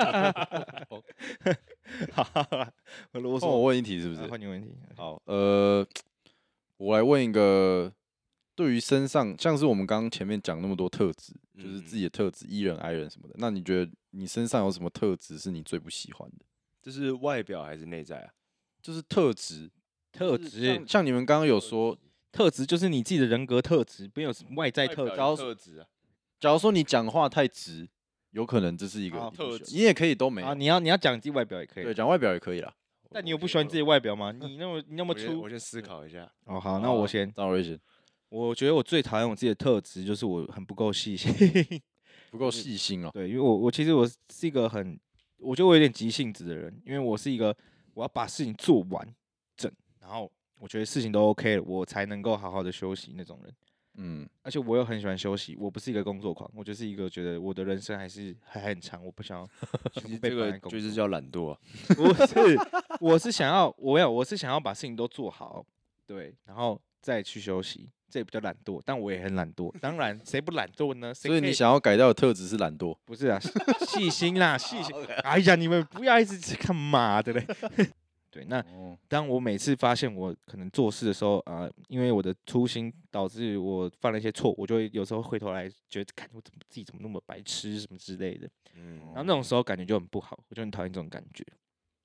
好啦，我啰换我嗦， 问一题是不是啊？换你问题。 好，我来问一个，对于身上像是我们刚刚前面讲那么多特质，就是自己的特质，E 人、I 人什么的，那你觉得你身上有什么特质是你最不喜欢的？ 这是外表还是内在啊？ 就是特质，就是特质， 像你们刚刚有说， 特质就是你自己的人格特质，没有外在特质。 外表有特质啊， 假如说你讲话太直，有可能这是一个好你不喜欢特质你也可以都没啊， 有， 你要讲自己外表也可对， 以， 讲外表也可以啦。 但你有不喜欢自己的外表吗？你那么粗我先思考一下。 哦，好，那我先。 张瑞贤我觉得我最讨厌我自己的特质就是我很不够细心。 不够细心哦。 对，因为我其实我是一个我觉得我有点急性子的人，因为我是一个我要把事情做完整，然后我觉得事情都 OK 了，我才能够好好的休息那种人。 嗯， 而且我又很喜欢休息，我不是一个工作狂，我就是一个觉得我的人生还很长，我不想要全部被这个绑在工作。 就是叫懒惰啊。 不是，我是想要把事情都做好，对，然后再去休息，这也比较懒惰，但我也很懒惰。当然，谁不懒惰呢？谁可所以你想要改掉的特质是懒惰。 不是啊，细心啦，细心。哎呀，你们不要一直干嘛的嘞？对，那哦， 当我每次发现我可能做事的时候，因为我的粗心导致我犯了一些错，我就会有时候回头来觉得，看我自己怎么那么白痴什么之类的， 嗯然后那种时候感觉就很不好，我就很讨厌这种感觉。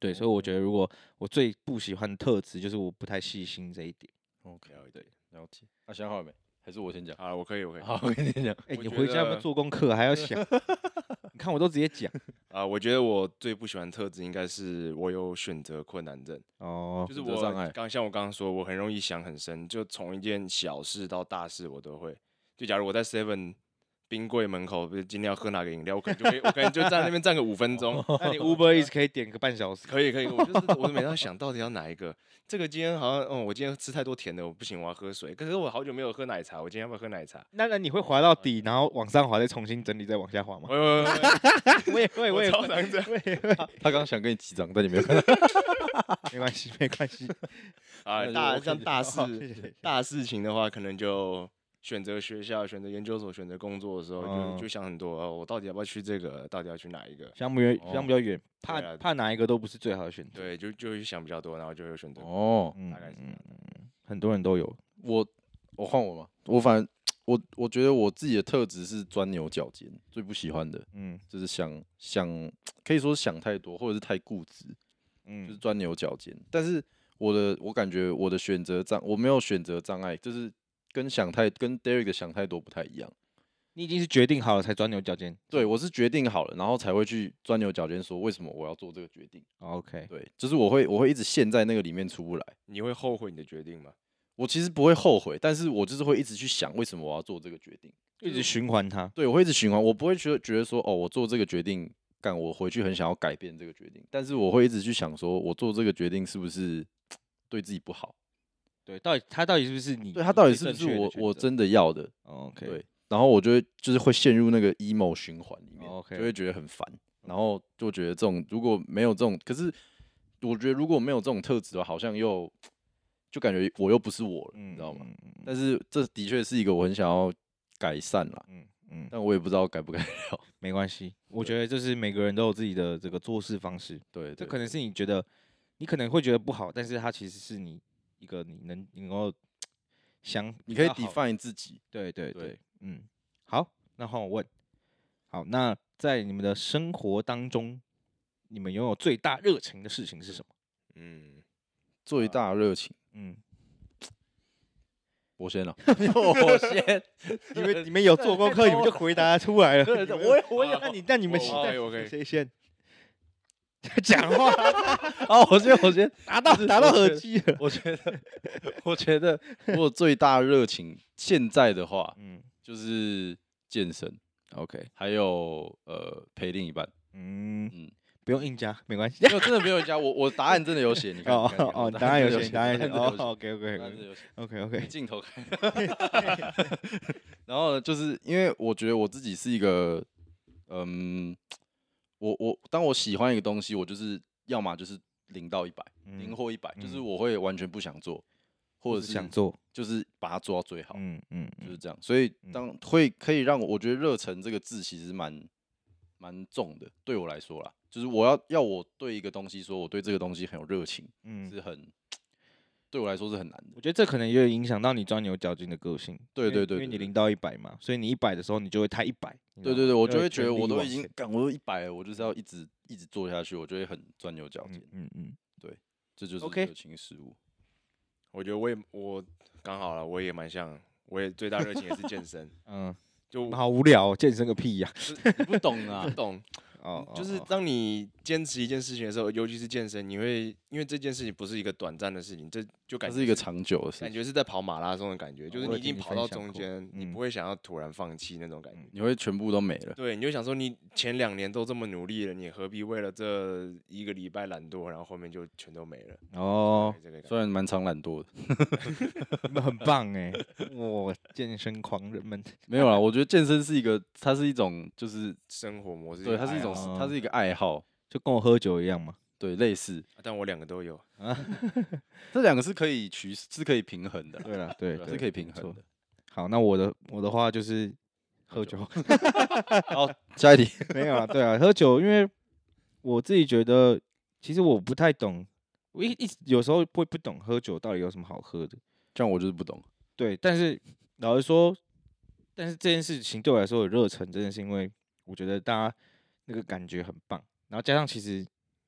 对，所以我觉得如果我最不喜欢的特质就是我不太细心这一点。 OK，对，了解。那想好了没？还是我先讲？ 好，我可以。 好，我跟你讲。 哎、你我觉回家有没有得做功课还要想？你看我都直接讲。 我觉得我最不喜欢的特质应该是我有选择困难症， 哦就是选择障碍像我刚刚说，我很容易想很深，就从一件小事到大事我都会。就假如我在 Seven 冰柜门口，不是今天要喝哪个饮料，我可能就站在那边站个5分钟。 那你 Uber Eats 可以点个半小时。 可以，我每次要想到底要哪一个。这个今天好像，我今天吃太多甜的，我不行，我要喝水。可是我好久没有喝奶茶，我今天要不要喝奶茶？ 那你会滑到底，然后往上滑，再重新整理，再往下滑吗？ 喂， 我也会，我也会， 超常这样。 我也会。 他刚刚想跟你击掌，但你没有看到。 没关系，没关系。 啊，像大事情的话，可能就选择学校、选择研究所、选择工作的时候，就想很多。我到底要不要去这个？到底要去哪一个？ 想比较远， 对啊怕哪一个都不是最好的选择。 对，就会想比较多，然后就会选择。 哦， 大概是这样。 很多人都有。 我换我嘛，反正我觉得我自己的特质是钻牛角尖，最不喜欢的，就是可以说是想太多，或者是太固执，就是钻牛角尖。但是我感觉我的我没有选择障碍，就是跟Derek 的想太多不太一样。 你已经是决定好了才钻牛角尖。 对，我是决定好了，然后才会去钻牛角尖，说为什么我要做这个决定。 OK， 对，就是我会一直陷在那个里面出不来。 你会后悔你的决定吗？ 我其实不会后悔，但是我就是会一直去想为什么我要做这个决定， 一直循环它。 对，我会一直循环，我不会觉得说我做这个决定，我回去很想要改变这个决定，但是我会一直去想说，我做这个决定是不是对自己不好？ 对，他到底是不是你？ 对，他到底是不是我真的要的 ？OK， 对，然后我就是会陷入那个 emo 循环里面， OK， 就会觉得很烦，然后就觉得这种如果没有这种，可是我觉得如果没有这种特质的话，好像就感觉我又不是我了，你知道吗？但是这的确是一个我很想要改善啦，但我也不知道改不改了。 没关系，我觉得就是每个人都有自己的这个做事方式。 对， 这可能是你觉得你可能会觉得不好，但是它其实是你一个你能够你可以 define 自己。 对，好，那换我问。好，那在你们的生活当中，你们拥有最大热情的事情是什么？ 最大热情。我先了， 我先。你们有做功课，你们就回答出来了。我也看你，但你们谁先？讲话。 好，我先达到耳机了。 我觉得我最大热情，现在的话，就是健身 ，OK， 还有陪另一半， 不用硬加，没关系。 真的没有人加，我答案真的有写，你看。 答案有写。OK， 镜头开。然后呢，就是因为我觉得我自己是一个，当我喜欢一个东西，我就是要么就是0到100，0或100，就是我会完全不想做，或者是想做， 就是把它做到最好，就是这样。所以可以让我觉得热忱这个字其实蛮重的，对我来说啦，就是我对一个东西说我对这个东西很有热情，对我来说是很难的。 我觉得这可能也有影响到你钻牛角尖的个性。 对，因为你0到100嘛，所以你100的时候你就会太100。 对，我就会觉得我都100了，我就是要一直做下去，我就会很钻牛角尖。对，这就是热情事物。 我觉得我刚好了，我也蛮像，我也最大热情也是健身。就好无聊，健身个屁呀！ 你不懂啊， 不懂。就是当你坚持一件事情的时候，尤其是健身，你会因为这件事情不是一个短暂的事情，这就感觉是一个长久的事情， 感觉是在跑马拉松的感觉，就是你已经跑到中间，你不会想要突然放弃那种感觉， 你会全部都没了。 对，你就想说你前2年都这么努力了，你何必为了这1个礼拜懒惰，然后后面就全都没了？ 虽然蛮常懒惰的， 你们很棒哎，健身狂人们。 没有啦，我觉得健身是它是一种就是生活模式， 对，它是一个爱好， 就跟我喝酒一样嘛。 对，类似， 但我2个都有这2个是可以平衡的。 对了，对， 是可以平衡的。 好，那我的话就是喝酒。 好，下一题。 没有啊，对啊，喝酒，因为我自己觉得，其实我不太懂，我有时候会不懂喝酒到底有什么好喝的。 这样我就是不懂。 对，但是老实说，这件事情对我来说有热忱，真的是因为我觉得大家那个感觉很棒，然后加上其实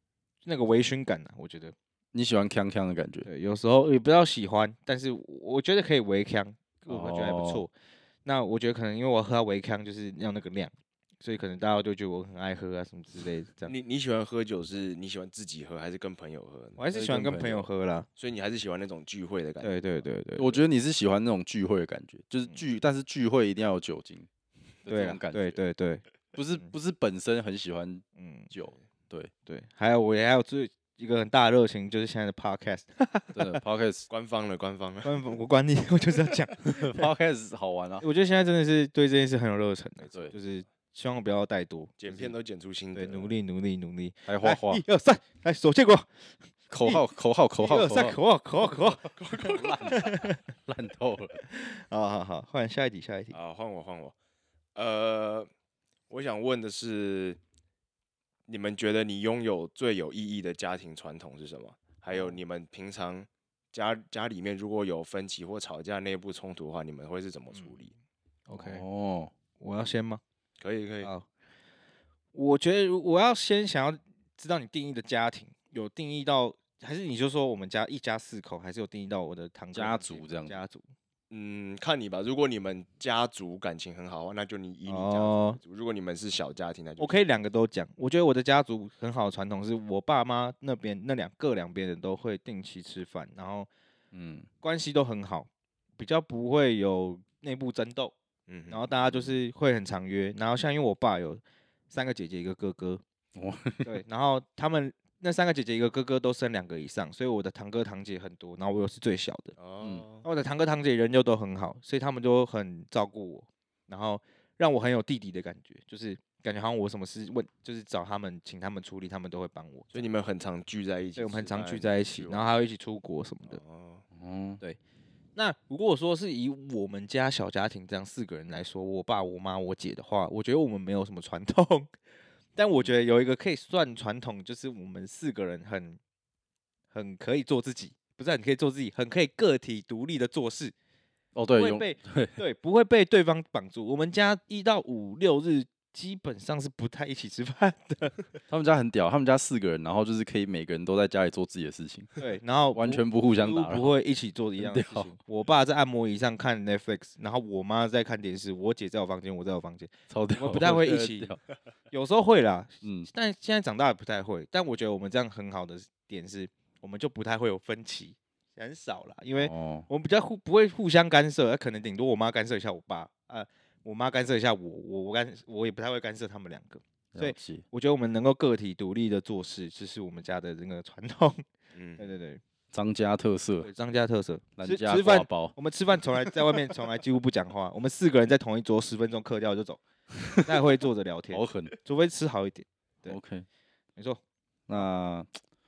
那个微醺感啊，我觉得你喜欢锵锵的感觉， 对，有时候也不知道喜欢，但是我觉得可以微醺，我觉得还不错。那我觉得可能因为我喝到微醺就是要那个量，所以可能大家就觉得我很爱喝啊什么之类的这样。 你喜欢喝酒是你喜欢自己喝还是跟朋友喝呢？ 我还是喜欢跟朋友喝啦。 所以你还是喜欢那种聚会的感觉。 对对对对， 我觉得你是喜欢那种聚会的感觉，就是但是聚会一定要有酒精的这对啊种感觉， 对对对， 不是本身很喜欢酒， 对，还有我也还有一个很大的热情，就是现在的 podcast， 真的 podcast 官方了，官方了。 我管你，我就是要讲。 podcast 好玩啊， 我觉得现在真的是对这件事很有热忱的， 对就是希望不要带多， 剪片都剪出心对， 得， 努力努力努力。 还画画 1、2、3，来手借过。 口号 1、2、3，口号口号口号。 烂透了， 好好好，换下一题下一题。 啊，换我。我想问的是，你们觉得你拥有最有意义的家庭传统是什么？还有你们平常家里面如果有分歧或吵架、内部冲突的话，你们会是怎么处理？ OK， 哦， 我要先吗？ 可以。 好，我觉得我要先想要知道你定义的家庭有定义到，还是你就说我们家一家4口，还是有定义到我的堂哥家堂姐族这样子家族。 看你吧。如果你们家族感情很好的话，那就以你家族为主。如果你们是小家庭，那就我可以2个都讲。我觉得我的家族很好的传统是我爸妈那边各两边人都会定期吃饭，然后关系都很好，比较不会有内部争斗，然后大家就是会很常约。然后像因为我爸有3个姐姐1个哥哥，对，然后他们那3个姐姐1个哥哥都生2个以上，所以我的堂哥堂姐很多，然后我又是最小的。我的堂哥堂姐人又都很好，所以他们都很照顾我，然后让我很有弟弟的感觉，就是感觉好像我什么事就是找他们，请他们处理，他们都会帮我。 所以你们很常聚在一起， 对，我们很常聚在一起，然后还会一起出国什么的。对。那如果说是以我们家小家庭这样4个人来说，我爸、我妈、我姐的话，我觉得我们没有什么传统，但我觉得有一个可以算传统，就是我们4个人很可以做自己，不是很可以做自己，很可以个体独立的做事。 哦，对， 不会被对方绑住。我们家1到5、6日基本上是不太一起吃饭的。 他们家很屌，他们家4个人，然后就是可以每个人都在家里做自己的事情， 对，然后完全不互相打扰， 不会一起做一样的事情。我爸在按摩椅上看 Netflix， 然后我妈在看电视，我姐在我房间，我在我房间， 超屌， 我们不太会一起，有时候会啦， 嗯， 但现在长大也不太会。但我觉得我们这样很好的点是，我们就不太会有分歧，很少啦，因为我们比较不会互相干涉，可能顶多我妈干涉一下我爸，我妈干涉一下我也不太会干涉他们2个，所以我觉得我们能够个体独立的做事，这是我们家的那个传统。对对对， 张家特色， 张家特色。 吃饭，我们吃饭在外面从来几乎不讲话，我们4个人在同一桌10分钟嗑掉就走，那会坐着聊天， 好狠， 除非吃好一点。对 ，OK， 没错。 那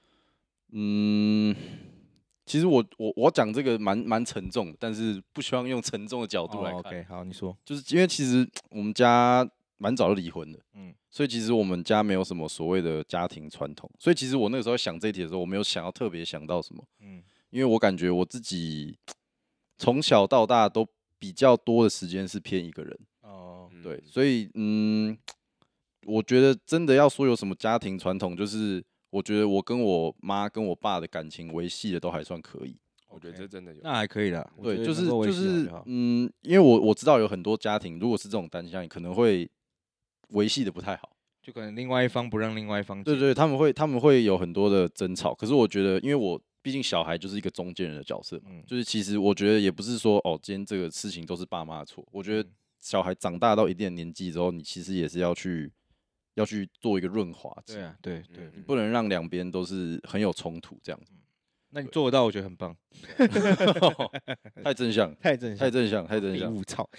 其实我讲这个蛮沉重的，但是不希望用沉重的角度来看。 OK， 好，你说。 就是因为其实我们家蛮早就离婚的，所以其实我们家没有什么所谓的家庭传统。所以其实我那个时候想这一题的时候，我没有特别想到什么，因为我感觉我自己从小到大都比较多的时间是偏一个人。对，所以我觉得真的要说有什么家庭传统，就是我觉得我跟我妈跟我爸的感情维系的都还算可以。 我觉得这真的有， 那还可以啦。 对，就是因为我知道有很多家庭，如果是这种单亲，可能会维系的不太好， 就可能另外一方不让另外一方。 对，他们会有很多的争吵。可是我觉得，因为我毕竟小孩就是一个中间人的角色，就是其实我觉得也不是说今天这个事情都是爸妈的错。我觉得小孩长大到一定的年纪之后，你其实也是要去做一个润滑剂。 对啊，对， 你不能让2边都是很有冲突这样子。 那你做得到，我觉得很棒。 太正向， 太正向。 我操！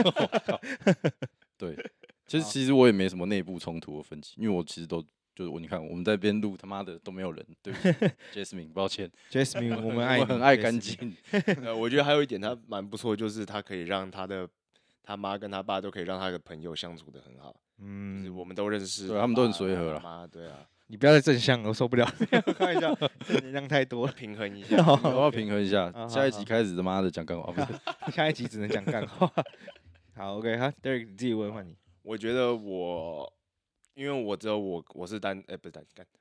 对，其实我也没什么内部冲突的分歧，因为我其实就是你看我们在边录他妈的都没有人，对不起，Jasmine， 抱歉 ，Jasmine， 我们爱你， 我很爱干净。 我觉得还有一点他蛮不错，就是他可以让他妈跟他爸都可以让他的朋友相处的很好。就是我们都认识， 对，他们都很随和啦。对啊， 你不要再正向了，我受不了。开玩笑，正能量太多了， 平衡一下。 我要平衡一下。下一集开始他妈的讲干话，不是？ 下一集只能讲干话。好 ，OK， 哈 ，Derek， 你自己问换你。 我觉得因为我只有我是不是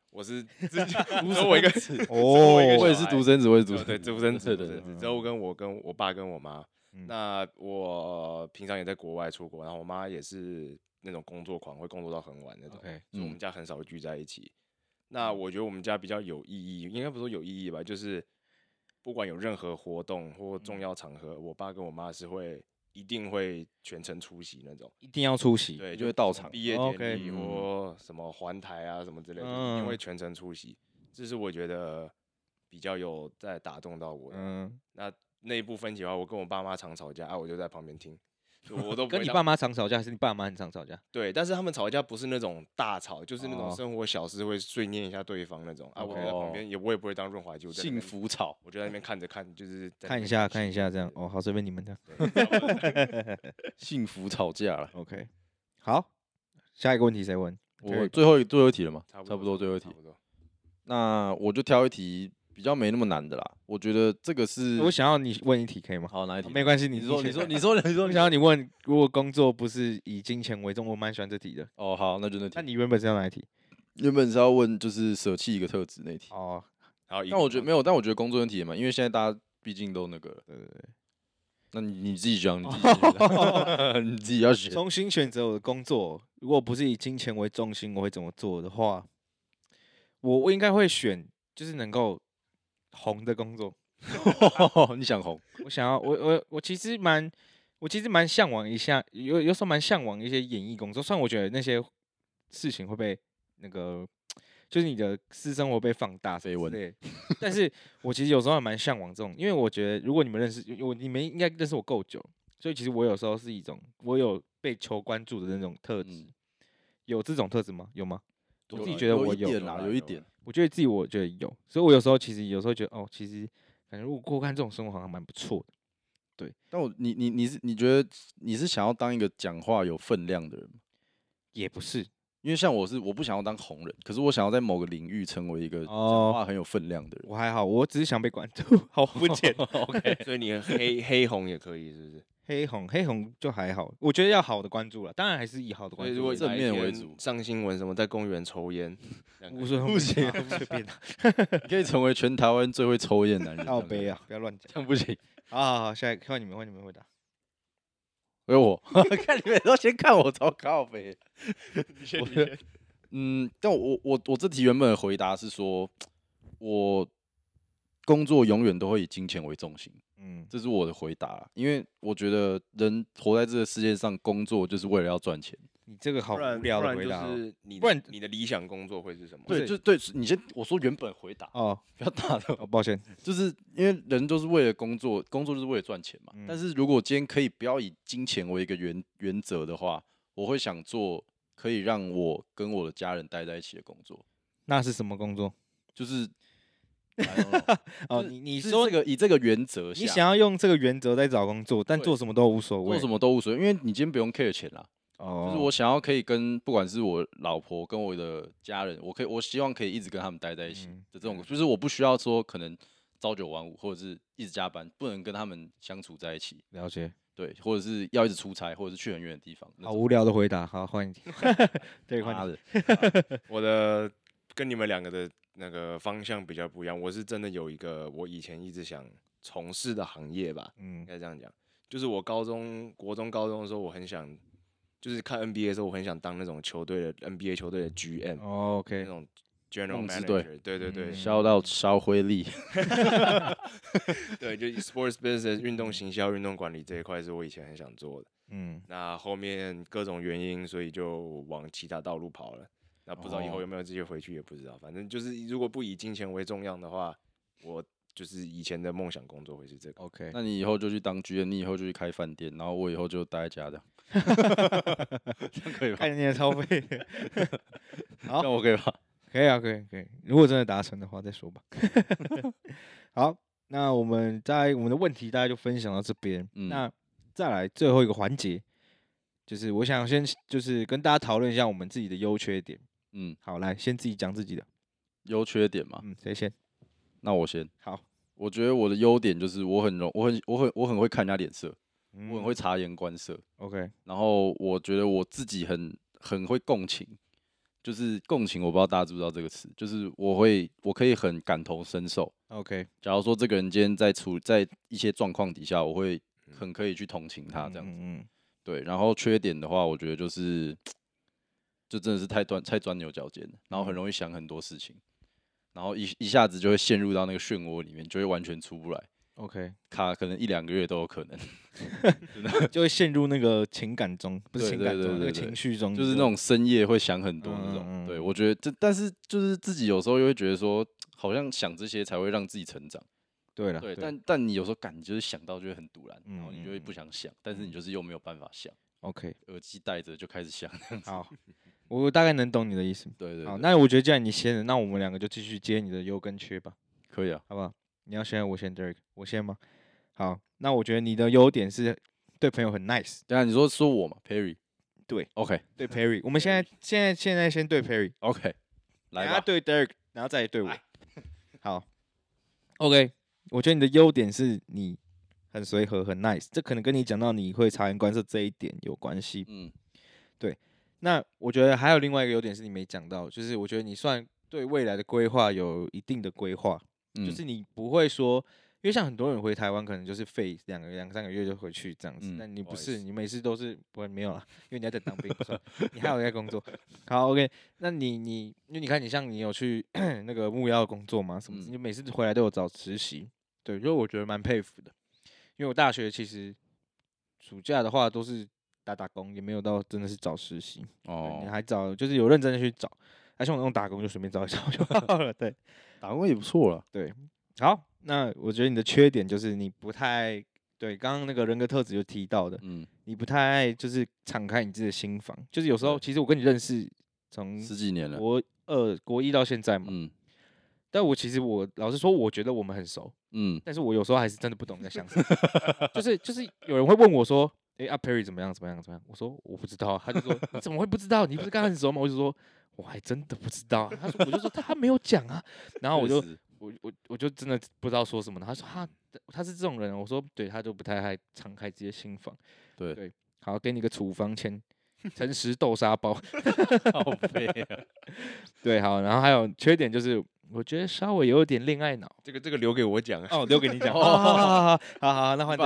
我是自己，只有我一个， 哦我也是独生子，我也是独生对， 子， 独生子， 对对对， 独生子，只有我跟我爸跟我妈。 嗯那我平常也在国外出国，然后我妈也是那种工作狂，会工作到很晚那种， OK， 所以我们家很少会聚在一起。那我觉得我们家比较有意义，应该不是说有意义吧，就是不管有任何活动或重要场合，我爸跟我妈是一定会全程出席那种。 一定要出席。 对， 就会到场毕业哦典礼 ，OK 或什么环台啊什么之类的，一定会嗯全程出席。这是我觉得比较有在打动到我的。 嗯， 那一部分起的话，我跟我爸妈常吵架啊，我就在旁边听，我都不会当跟你爸妈常吵架，还是你爸妈很常吵架？ 对，但是他们吵架不是那种大吵，就是那种哦生活小事会碎念一下对方那种啊，我就在 OK 旁边我也不会当润滑剂，我在那幸边福草， 我就在那边看着看，就是在那边看一下休息看一下这样。哦，好，随便你们这样。 对幸福吵架了。 OK，好，下一个问题谁问？ 我最后一题了嘛， 差差不多最后一题差。不多。 那我就挑一题比较没那么难的啦。我觉得这个是我想要你问一题可以吗？ 好哪一题？ 没关系， 你说先你我想要你问，如果工作不是以金钱为重，我蛮喜欢这题的。 哦，好，那就那题。 那你原本是要哪一题？ 原本是要问就是舍弃一个特质那题， 哦， 好， 但我觉得没有，但我觉得工作问题也蛮，因为现在大家毕竟都那个了。 对对对， 那你自己讲，你自己选你自己要选。 重新选择我的工作，如果不是以金钱为重心，我会怎么做的话，我应该会选就是能够红的工作。 你想红？ 我想要，我其实蛮向往一下，有时候蛮向往一些演艺工作，虽然我觉得那些事情会被那个，就是你的私生活被放大绯闻对，但是我其实有时候还蛮向往这种，因为我觉得如果你们认识你们应该认识我够久，所以其实我有时候是一种我有被求关注的那种特质，有这种特质吗？有吗？我自己觉得我有一点啦，有一点。 我觉得我觉得有，所以我有时候觉得哦，其实感觉如果过看这种生活好像蛮不错的。对， 但你觉得你是想要当一个讲话有分量的人吗？ 也不是， 因为像我不想要当红人，可是我想要在某个领域成为一个讲哦话很有分量的人。 我还好，我只是想被关注，好肤浅。 OK， 所以你黑红也可以，是不是？ 黑红就还好，我觉得要好的关注了，当然还是以好的所以如果关注为主。 正面为哪一天主上新闻什么在公园抽烟，这样可以无所谓， 不行啊，随便的， 你可以成为全台湾最会抽烟的男人。 靠背啊，不要乱讲。 这样不行。 好，下一个换你们回答。 回我，看你们都先看我超靠背。 你先但我这题原本的回答是说，我工作永远都会以金钱为重心， 嗯， 这是我的回答啦。因为我觉得人活在这个世界上，工作就是为了要赚钱。 你这个好不然无聊不然就的回答哦。 是不然你的理想工作会是什么？ 对，就对你先我说原本回答， 哦， 不要打断我。 哦，抱歉。 就是因为人都是为了工作，工作就是为了赚钱嘛。 嗯但是如果今天可以不要以金钱为一个原则的话，我会想做可以让我跟我的家人待在一起的工作， 那是什么工作？ 就是哦， 就是你说以这个原则你想下， 要用这个原则在找工作，但对做什么都无所谓。 做什么都无所谓，因为你今天不用 care 钱啦。 哦， 就是我想要可以跟不管是我老婆跟我的家人，我希望可以一直跟他们待在一起的这种，就是我不需要说可能朝九晚五或者是一直加班，不能跟他们相处在一起。 了解。 对，或者是要一直出差，或者是去很远的地方。那种好无聊的回答，好换一题。对，换你。 妈的， 我的跟你们两个的那个方向比较不一样，我是真的有一个我以前一直想从事的行业吧，应嗯该这样讲。就是我国中、高中的时候，我很想，就是看 NBA 的时候，我很想当那种NBA 球队的 GM，、 哦，OK， 那种 General 梦之队 Manager，对对对， 烧到烧灰力， 对，就 Sports Business 运动行销、运动管理这一块是我以前很想做的。 嗯， 那后面各种原因，所以就往其他道路跑了。那不知道以后有没有机会回去，也不知道。反正就是如果不以金钱为重要的话，我就是以前的梦想工作会是这个。 OK， 那你以后就去当 GM，你以后就去开饭店，然后我以后就待在家的，这样可以吧？ 看你的超费。好这样 OK 吧？ 可以啊，可以。如果真的达成的话，再说吧。好，那我们的问题大概就分享到这边。那再来最后一个环节，就是我想先就是跟大家讨论一下我们自己的优缺点。好，来先自己讲自己的。 优缺点嘛， 谁先？ 那我先。 好， 我觉得我的优点就是我很会看人家脸色，我很会察言观色。 OK， 然后我觉得我自己很会共情， 就是共情，我不知道大家知不知道这个词，就是我可以很感同身受。 OK， 假如说这个人今天在一些状况底下，我会很可以去同情他这样子。 嗯， 对，然后缺点的话，我觉得就是就真的是太钻牛角尖了，然后很容易想很多事情，然后一下子就会陷入到那个漩涡里面，就会完全出不来， OK， 卡可能1、2个月都有可能。 就会陷入那个情感中，不是对情感中，那个对对对对情绪中， 就是那种深夜会想很多那种。对，我觉得但是就是自己有时候又会觉得说，好像想这些才会让自己成长。 对了， 对，但你有时候你就是想到就会很突然，然后你就会不嗯想想，但是你就是又没有办法想， OK， 耳机戴着就开始想这样子。 好，我大概能懂你的意思。好， 对对对， 那我觉得既然你先了，那我们两个就继续接你的优跟缺吧， 可以啊。 好不好？你要先，我先，Derek，我先吗？好，那我觉得你的优点是对朋友很 nice， 等下你说我嘛，Perry。 对 ，OK 对 Perry，我们现在先对 Perry， OK，来吧。 等下对 Derek，然后再对我。好，OK，我觉得你的优点是你很随和，很 nice，这可能跟你讲到你会察言观色这一点有关系。 嗯那我觉得还有另外一个优点是你没讲到，就是我觉得你算对未来的规划有一定的规划，就是你不会说，因为像很多人回台湾可能就是废两三个月就回去这样子，但你不是，你每次都是不会没有啦，因为你还在当兵，不算，你还有在工作。好，OK，那因为你看你像你有去那个木曜工作嘛什么，你每次回来都有找实习，对，所以我觉得蛮佩服的，因为我大学其实暑假的话都是打工，也没有到真的是找实习。你还找就是有认真的去找，而像我那种打工就随便找一找就好了。对打工也不错了。 对，好，那我觉得你的缺点就是你不太对，刚刚那个人格特质就提到的，你不太爱就是敞开你自己的心房，就是有时候其实我跟你认识从 10几年了。 国一到现在嘛，但我其实老实说，我觉得我们很熟，但是我有时候还是真的不懂你在想什么，就是有人会问我说。Perry 怎么样？我说我不知道啊，他就说你怎么会不知道？你不是跟他很熟吗？我就说我还真的不知道啊。我就说他没有讲啊，然后我就真的不知道说什么了。他说他是这种人，我说对，他就不太爱敞开自己的心房。对，好，给你个处方签，诚实豆沙包， 好悲啊。 对，好，然后还有缺点就是。我觉得稍微有点恋爱脑， 这个留给我讲啊。 哦，留给你讲。好，那换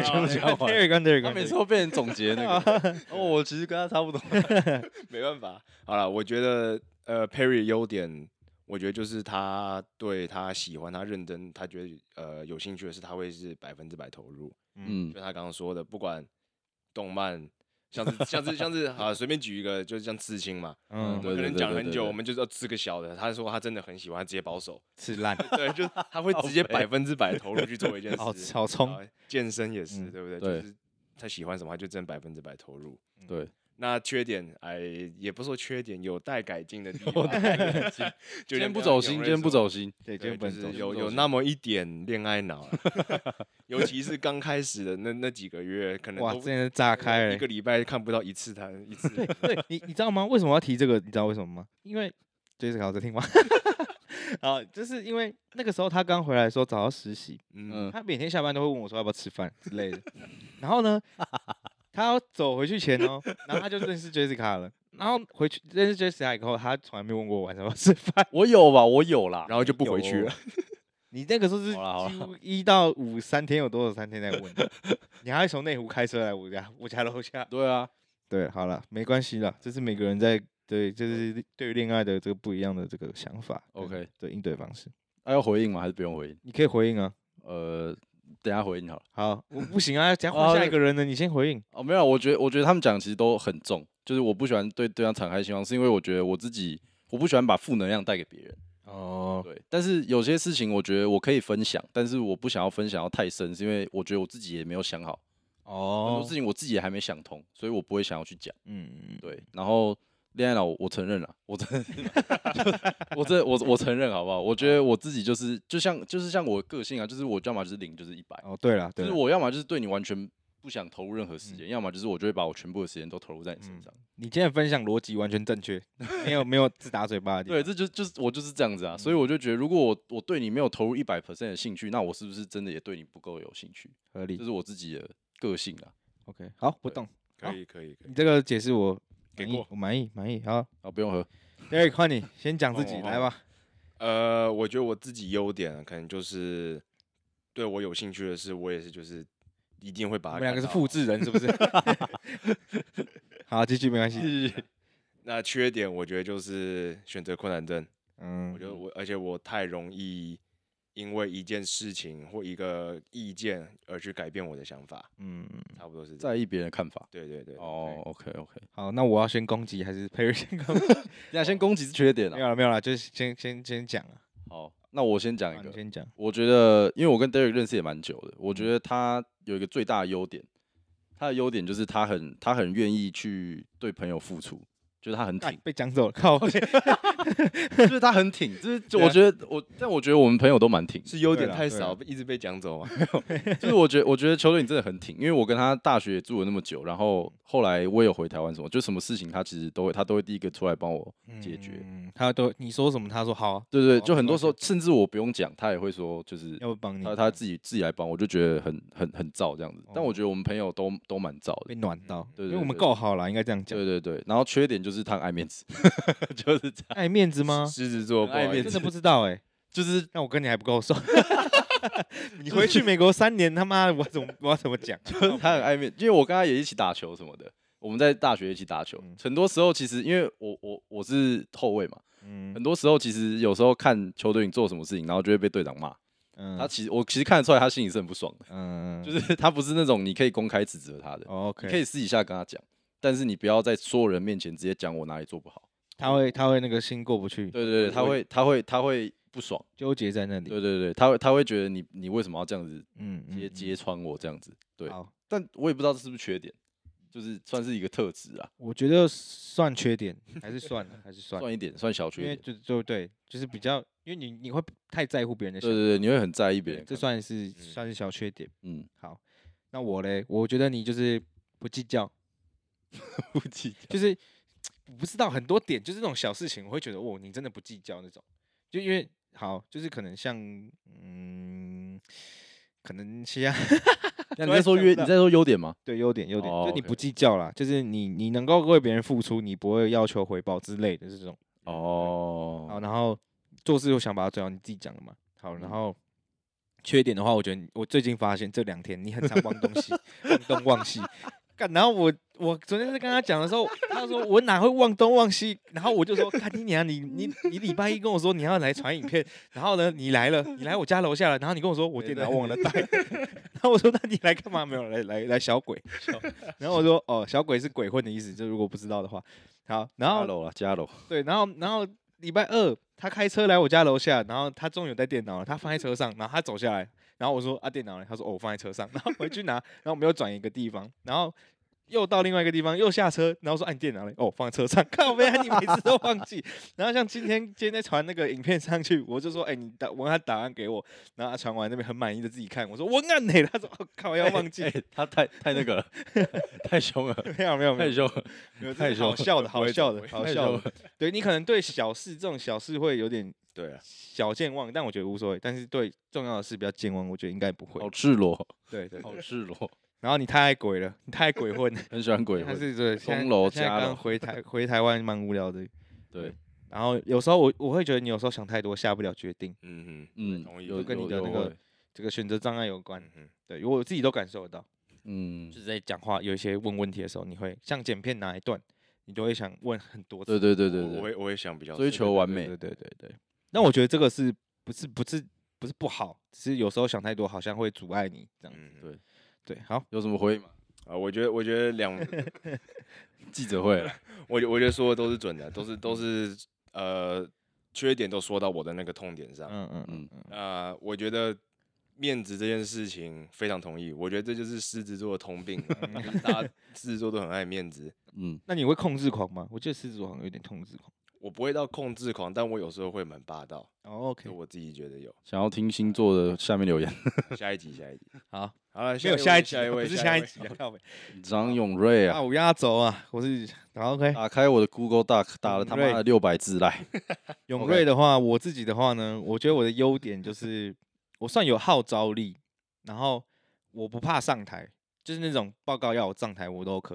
Derek， 他每次都被人总结那个。我其实跟他差不多。 没办法，好了，我觉得Perry 优点，我觉得就是他对他喜欢、他认真、他觉得有兴趣的事，他会是100%投入。就他刚刚说的，不管动漫。像是啊，随便举一个，就是像刺青嘛，我们可能讲很久，我们就是要吃个小的。他说他真的很喜欢，他直接保守， 吃烂， 对，就他会直接100%投入去做一件事。 好冲， 健身也是，对不对？就是他喜欢什么，他就真100%投入。 对， 那缺点，也不说缺点，有待改进的地方。 今天不走心，今天不走心， 对，今天不是有那么一点恋爱脑，尤其是刚开始的那几个月，可能哇，真的炸开了， 一个礼拜看不到一次他一次。 对，你知道吗？为什么要提这个？你知道为什么吗？因为Jessica 在听吗？好，就是因为那个时候他刚回来的时候找到实习，他每天下班都会问我说要不要吃饭之类的。然后呢，他要走回去前哦，然后他就认识 Jessica 了。然后回去认识 Jessica 以后，他从来没问过我晚上要吃饭。 我有吧，我有啦， 然后就不回去了。 你那个时候是几乎1到5、3天有多少3天在问？你还会从内湖开车来我家楼下？ 对啊， 对，好了，没关系啦，这是每个人在就是对于恋爱的这个不一样的这个想法 ，OK 的应对方式。 要回应吗？还是不用回应？ 你可以回应啊。 等一下回应好了。 好，我不行啊，等下换下一个人呢，你先回应。 没有，我觉得他们讲其实都很重，就是我不喜欢对对方敞开心房，是因为我觉得我不喜欢把负能量带给别人。对，但是有些事情我觉得我可以分享，但是我不想要分享到太深，是因为我觉得我自己也没有想好。很多事情我自己也还没想通，所以我不会想要去讲。对。然后恋爱脑，我承认了，我真的，我承认好不好？我觉得我自己就像我个性啊，就是我要么就是0，就是100。 对了， 就是我要么就是对你完全不想投入任何时间，要么就是我就会把我全部的时间都投入在你身上。 你今天分享逻辑完全正确，没有自打嘴巴的地方。 对，这就是我就是这样子啊，所以我就觉得，如果我对你没有投入100% 的兴趣，那我是不是真的也对你不够有兴趣？ 合理， 这是我自己的个性啊。 OK， 好，我懂。 可以， 你这个解释我给过， 我满意。好， 不用喝。 Derek，换你先讲自己， 换我来吧。 我觉得我自己优点可能就是对我有兴趣的事，我也是就是一定会把它。 我们两个是复制人，是不是？好，继续没关系。 那缺点我觉得就是选择困难症。 嗯， 我觉得而且我太容易因为一件事情或一个意见而去改变我的想法。差不多是这样。 在意别人的看法。 对对对。 哦，OK OK， 好，那我要先攻击还是佩瑞先攻击？ 等下先攻击是缺点啊。 没有了，没有了，就是先讲啊。 好，那我先讲一个。 你先讲。 我觉得，因为我跟 Derek 认识也蛮久的，我觉得他有一个最大的优点，他的优点就是他很愿意去对朋友付出，就是他很挺， 被讲走了，靠！ 就是他很挺，就我觉得但我觉得我们朋友都蛮挺， 是优点对啦对太少，一直被讲走嘛。 就是我觉得球队你真的很挺，因为我跟他大学也住了那么久，然后后来我也有回台湾什么，就什么事情他其实都会第一个出来帮我解决。 他都你说什么，他说好啊， 对对， 好就很多时候没甚至我不用讲，他也会说就是要不帮你， 他自己来帮，我就觉得很燥这样子。但我觉得我们朋友都蛮燥的被，暖到， 对对因为我们对够好了，应该这样讲。 对对对。然后缺点就是他很爱面子，就是这样， 爱面子吗？ 狮子座不好意思很爱面子真的不知道哎， 就是那我跟你还不够熟。你回去美国3年，他妈的我要怎么讲？ 他很爱面，因为我跟他也一起打球什么的，我们在大学一起打球，很多时候其实因为我是后卫嘛，很多时候其实有时候看球队你做什么事情，然后就会被队长骂。我其实看得出来他心里是很不爽的，就是他不是那种你可以公开指责他的，你可以私底下跟他讲，但是你不要在所有人面前直接讲我哪里做不好。 他会那个心过不去， 对对对，他会不爽， 纠结在那里。 对对对，他会觉得你为什么要这样子揭穿我这样子？对， 好， 但我也不知道这是不是缺点，就是算是一个特质啊， 我觉得算缺点，还是算了，还是算了， 算一点，算小缺因为点。 就对，就是比较，因为你会太在乎别人的想法， 对对对，你会很在意别人看法。 这算是小缺点。 嗯， 好，那我嘞，我觉得你就是不计较， 不计较。 就是我不知道很多点，就是这种小事情，我会觉得哦，你真的不计较那种，就因为好，就是可能像可能其他那你在说优点吗？ 对优点， 哦就你 OK 不计较啦，就是你能够为别人付出，你不会要求回报之类的这种。好， 哦， 然后做事又想把它做好，你自己讲的嘛。好，然后缺点的话，我觉得我最近发现这2天你很常忘东西，忘东忘西。干，然后我昨天在跟他讲的时候，他说我哪会忘东忘西，然后我就说，看你娘，你礼拜一跟我说你要来传影片，然后呢你来了，你来我家楼下了，然后你跟我说我电脑忘了带，然后我说那你来干嘛？没有来小鬼，然后我说哦小鬼是鬼混的意思，就如果不知道的话，好，然后加楼， 对，然后礼拜二他开车来我家楼下，然后他终于有带电脑了，他放在车上，然后他走下来，然后我说啊电脑呢？他说哦我放在车上，然后回去拿，然后我们又转一个地方，然后又到另外一个地方，又下车，然后说：“哎，你电脑嘞？哦，放在车上。”靠背，你每次都忘记。然后像今天在传那个影片上去，我就说：“哎，你文案档案给我。”然后他传完那边很满意的自己看，我说：“文案呢？”他说：“哦靠，要忘记。” 他太那个了，太凶了， 没有， 太凶了， 太好笑的，好笑的。 太凶了。 对你可能对小事这种小事会有点对啊， 小健忘，但我觉得无所谓。但是对重要的事比较健忘，我觉得应该不会。 好赤裸， 对， 好赤裸。 然后你太爱鬼了，你太爱鬼混了。 很喜欢鬼他混， 是对， 钟楼现在加楼， 刚回台湾蛮无聊的。 对， 然后有时候我会觉得你有时候想太多，下不了决定， 同意， 有跟你的那个这个选择障碍有关。对，我自己都感受得到。就是在讲话有一些问问题的时候，你会像剪片哪一段，你都会想问很多次。 对， 我也想比较追求完美， 对。那我觉得这个是不是不好，只是有时候想太多好像会阻碍你这样子。对，好， 有什么回应吗？ 啊，我觉得记者会了， 我觉得说的都是准的，都是缺点都说到我的那个痛点上。我觉得面子这件事情非常同意，我觉得这就是狮子座的通病，就是大家狮子座都很爱面子。 那你会控制狂吗？我觉得狮子座好像有点控制狂。 我不会到控制狂，但我有时候会蛮霸道。 OK， 我自己觉得有。 想要听星座的下面留言。 下一集。 好了， 没有下一集， 不是下一集。 张永瑞啊， 我压轴啊，我是好 OK。 打开我的 Google Doc， 打了他妈的600字来。 永瑞的话，我自己的话呢，我觉得我的优点就是我算有号召力，然后我不怕上台，就是那种报告要我上台我都可以。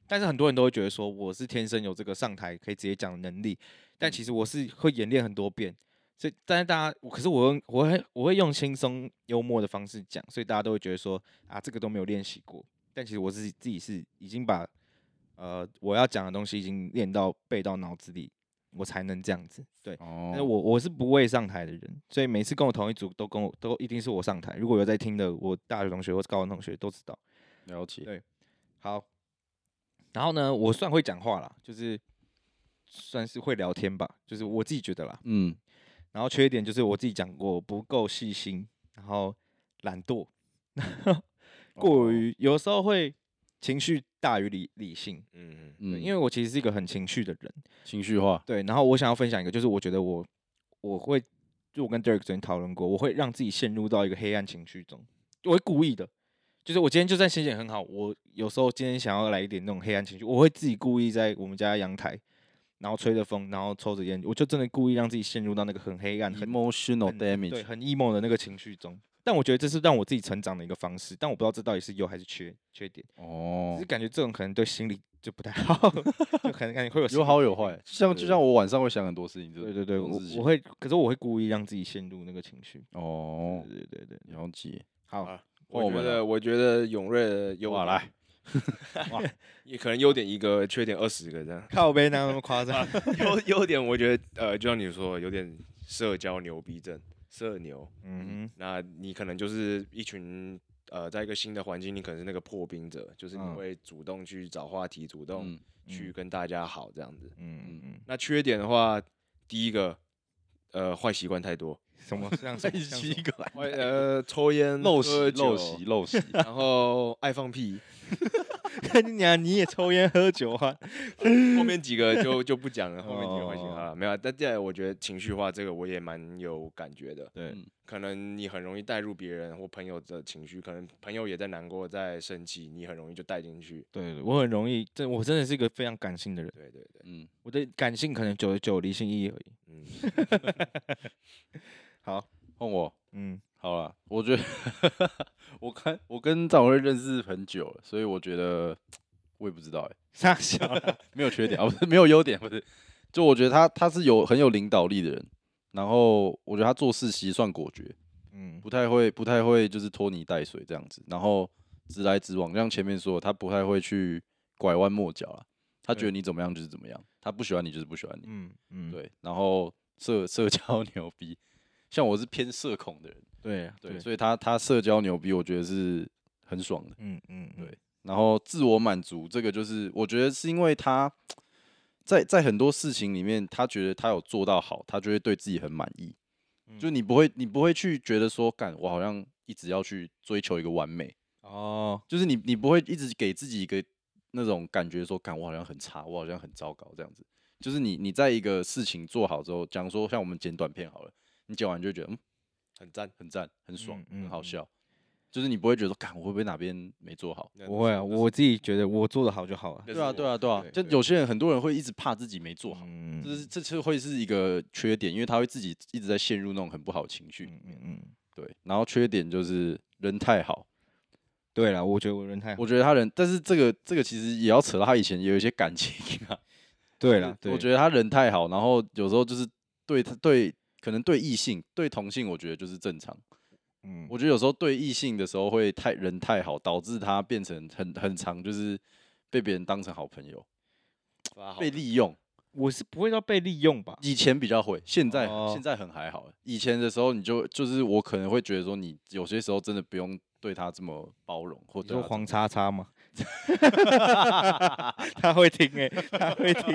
但是很多人都会觉得说我是天生有这个上台可以直接讲的能力，但其实我是会演练很多遍。所以，但是大家，可是我会用轻松幽默的方式讲，所以大家都会觉得说啊，这个都没有练习过。但其实我自己是已经把我要讲的东西已经练到背到脑子里，我才能这样子。对，但是哦， 我是不会上台的人，所以每次跟我同一组都一定是我上台。如果有在听的，我大学同学或是高中同学都知道。 了解。 对好，然后呢，我算会讲话啦，就是算是会聊天吧，就是我自己觉得啦。 嗯， 然后缺点就是我自己讲过，不够细心，然后懒惰，过于有时候会情绪大于理性。对，因为为我其实是一个很情绪的人。 情绪化， 对，然后我想要分享一个，就是我觉得我会，就我跟 Derek 昨天讨论过，我会让自己陷入到一个黑暗情绪中，我会故意的。就是我今天就算心情很好，我有时候今天想要来一点那种黑暗情绪，我会自己故意在我们家阳台，然后吹着风，然后抽着烟，我就真的故意让自己陷入到那个很黑暗、 emotional 对 damage， 很 emo 的那个情绪中。但我觉得这是让我自己成长的一个方式，但我不知道这到底是优还是缺点。只哦是，感觉这种可能对心理就不太好，就可能感觉会有心有理好有坏。就对像我晚上会想很多事情， 对对对， 这种事情我会，可是我会故意让自己陷入那个情绪。 哦， 对对对对， 了解。 好， 啊换我们了我觉得永瑞的优哇， 点来， 也可能优点1个，缺点20个这样。 靠背哪有那么夸张？ 优点我觉得就像你说，有点社交牛逼症，社牛。 嗯那你可能就是一群在一个新的环境，你可能是那个破冰者，就是你会主动去找话题，主动去跟大家好这样子。那缺点的话，第一个坏习惯太多， 什么像太什么像奇怪， 抽烟、 陋习喝酒陋习陋习， 然后爱放屁。 看你娘，你也抽烟喝酒啊？ 后面几个就不讲了，后面几个坏习哦惯没有啊。但接下来我觉得情绪化这个我也蛮有感觉的。 对， 可能你很容易带入别人或朋友的情绪，可能朋友也在难过、在生气，你很容易就带进去。 对，我很容易，我真的是一个非常感性的人。 对对对， 嗯， 我的感性可能99%，理性1而已。 嗯， 好， 换我。 嗯， 好了，我觉得我跟张伟认识很久了，所以我觉得我也不知道傻笑了。 没有缺点啊，不是没有优点，不是，就我觉得他是很有领导力的人，然后我觉得他做事其实算果决，不太会就是拖泥带水这样子，然后直来直往，像前面说的，他不太会去拐弯抹角啦，他觉得你怎么样就是怎么样，他不喜欢你就是不喜欢你，对，然后社交牛逼，像我是偏社恐的人。对，所以他社交牛逼，我觉得是很爽的。对。然后自我满足这个，就是我觉得是因为他在很多事情里面，他觉得他有做到好，他就会对自己很满意。就你不会去觉得说，干我好像一直要去追求一个完美。 哦， 就是你不会一直给自己一个那种感觉说，干我好像很差，我好像很糟糕这样子。就是你在一个事情做好之后，讲说像我们剪短片好了，你剪完就会觉得很赞。 很爽，很好笑。就是你不会觉得说，干我会不会哪边没做好？ 不会啊，我自己觉得我做的好就好了。 对啊。就有些人很多人会一直怕自己没做好，这会是一个缺点，因为他会自己一直在陷入那种很不好的情绪。对。然后缺点就是人太好。 对了，我觉得我人太好。 我觉得他人，但是这个其实也要扯到他以前也有一些感情啊。 对了， 我觉得他人太好，然后有时候就是可能对异性、对同性，我觉得就是正常。我觉得有时候对异性的时候会人太好，导致他变成很常就是被别人当成好朋友，被利用。 我是不会到被利用吧？ 以前比较会，现在很还好。以前的时候，就是我可能会觉得说，你有些时候真的不用对他这么包容，或者说黄叉叉吗？他会听他会听。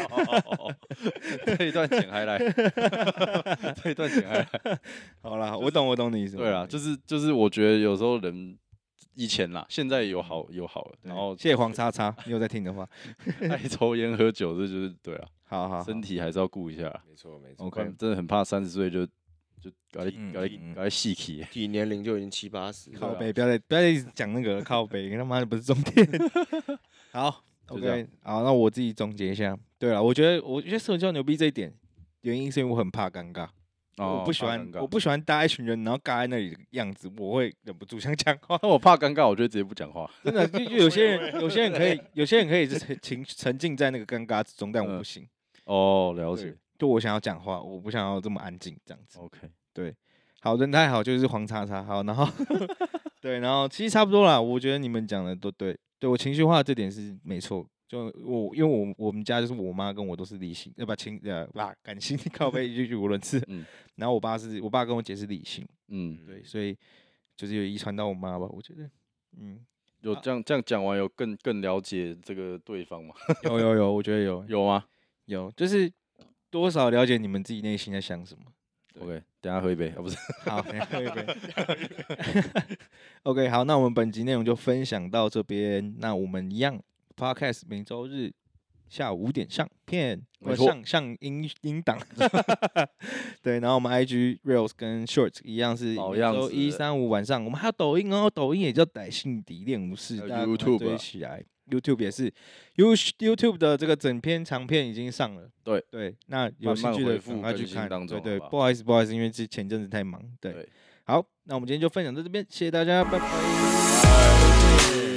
这一段剪开来，这一段剪开来。 好啦，我懂你意思。 对啦，就是我觉得有时候人以前啦，现在有好了。然后谢谢黄叉叉，你有在听的话， 爱抽烟喝酒，这就是对啊。 好， 身体还是要顾一下。 没错。 OK， 真的很怕30岁就搞来细体， 体年龄就已经70、80。 靠背，不要再一直讲那个靠背，他妈的不是重点。好，OK，好，那我自己总结一下。对了，我觉得社交牛逼这一点，原因是因为我很怕尴尬。 哦我不喜欢怕尴尬我不喜欢大家一群人，然后尬在那里的样子，我会忍不住想讲话。 那我怕尴尬，我就直接不讲话。 真的，就有些人可以是沉浸在那个尴尬之中，但我不行。 哦，了对解。 就我想要讲话，我不想要这么安静这样子。 OK， 对，好，人太好就是黄叉叉好，然后对，然后其实差不多啦，我觉得你们讲的都对，对我情绪化这点是没错。就因为我们家就是我妈跟我都是理性，把感性靠背语无伦次。然后我爸跟我姐是理性，对，所以就是有遗传到我妈吧，我觉得， 有这样讲完，有更了解这个对方吗？ 有，我觉得有吗有，就是多少了解你们自己内心在想什么。 ？OK，等一下喝一杯啊，不是？ 好，喝一杯。OK， 好，那我们本集内容就分享到这边。那我们一样 Podcast 每周日下午5点上片， 没错上音档。对，然后我们 IG Reels 跟 Shorts 一样是每周老样子 1、3、5晚上。我们还有抖音哦，抖音也叫歹性敌练武士， 还有大家赶快 YouTube 追啊起来。YouTube 也是，YouTube 的这个整篇长片已经上了。对，那有兴趣的赶快去看。对，不好意思，因为前阵子太忙。对，好，那我们今天就分享到这边，谢谢大家，拜拜。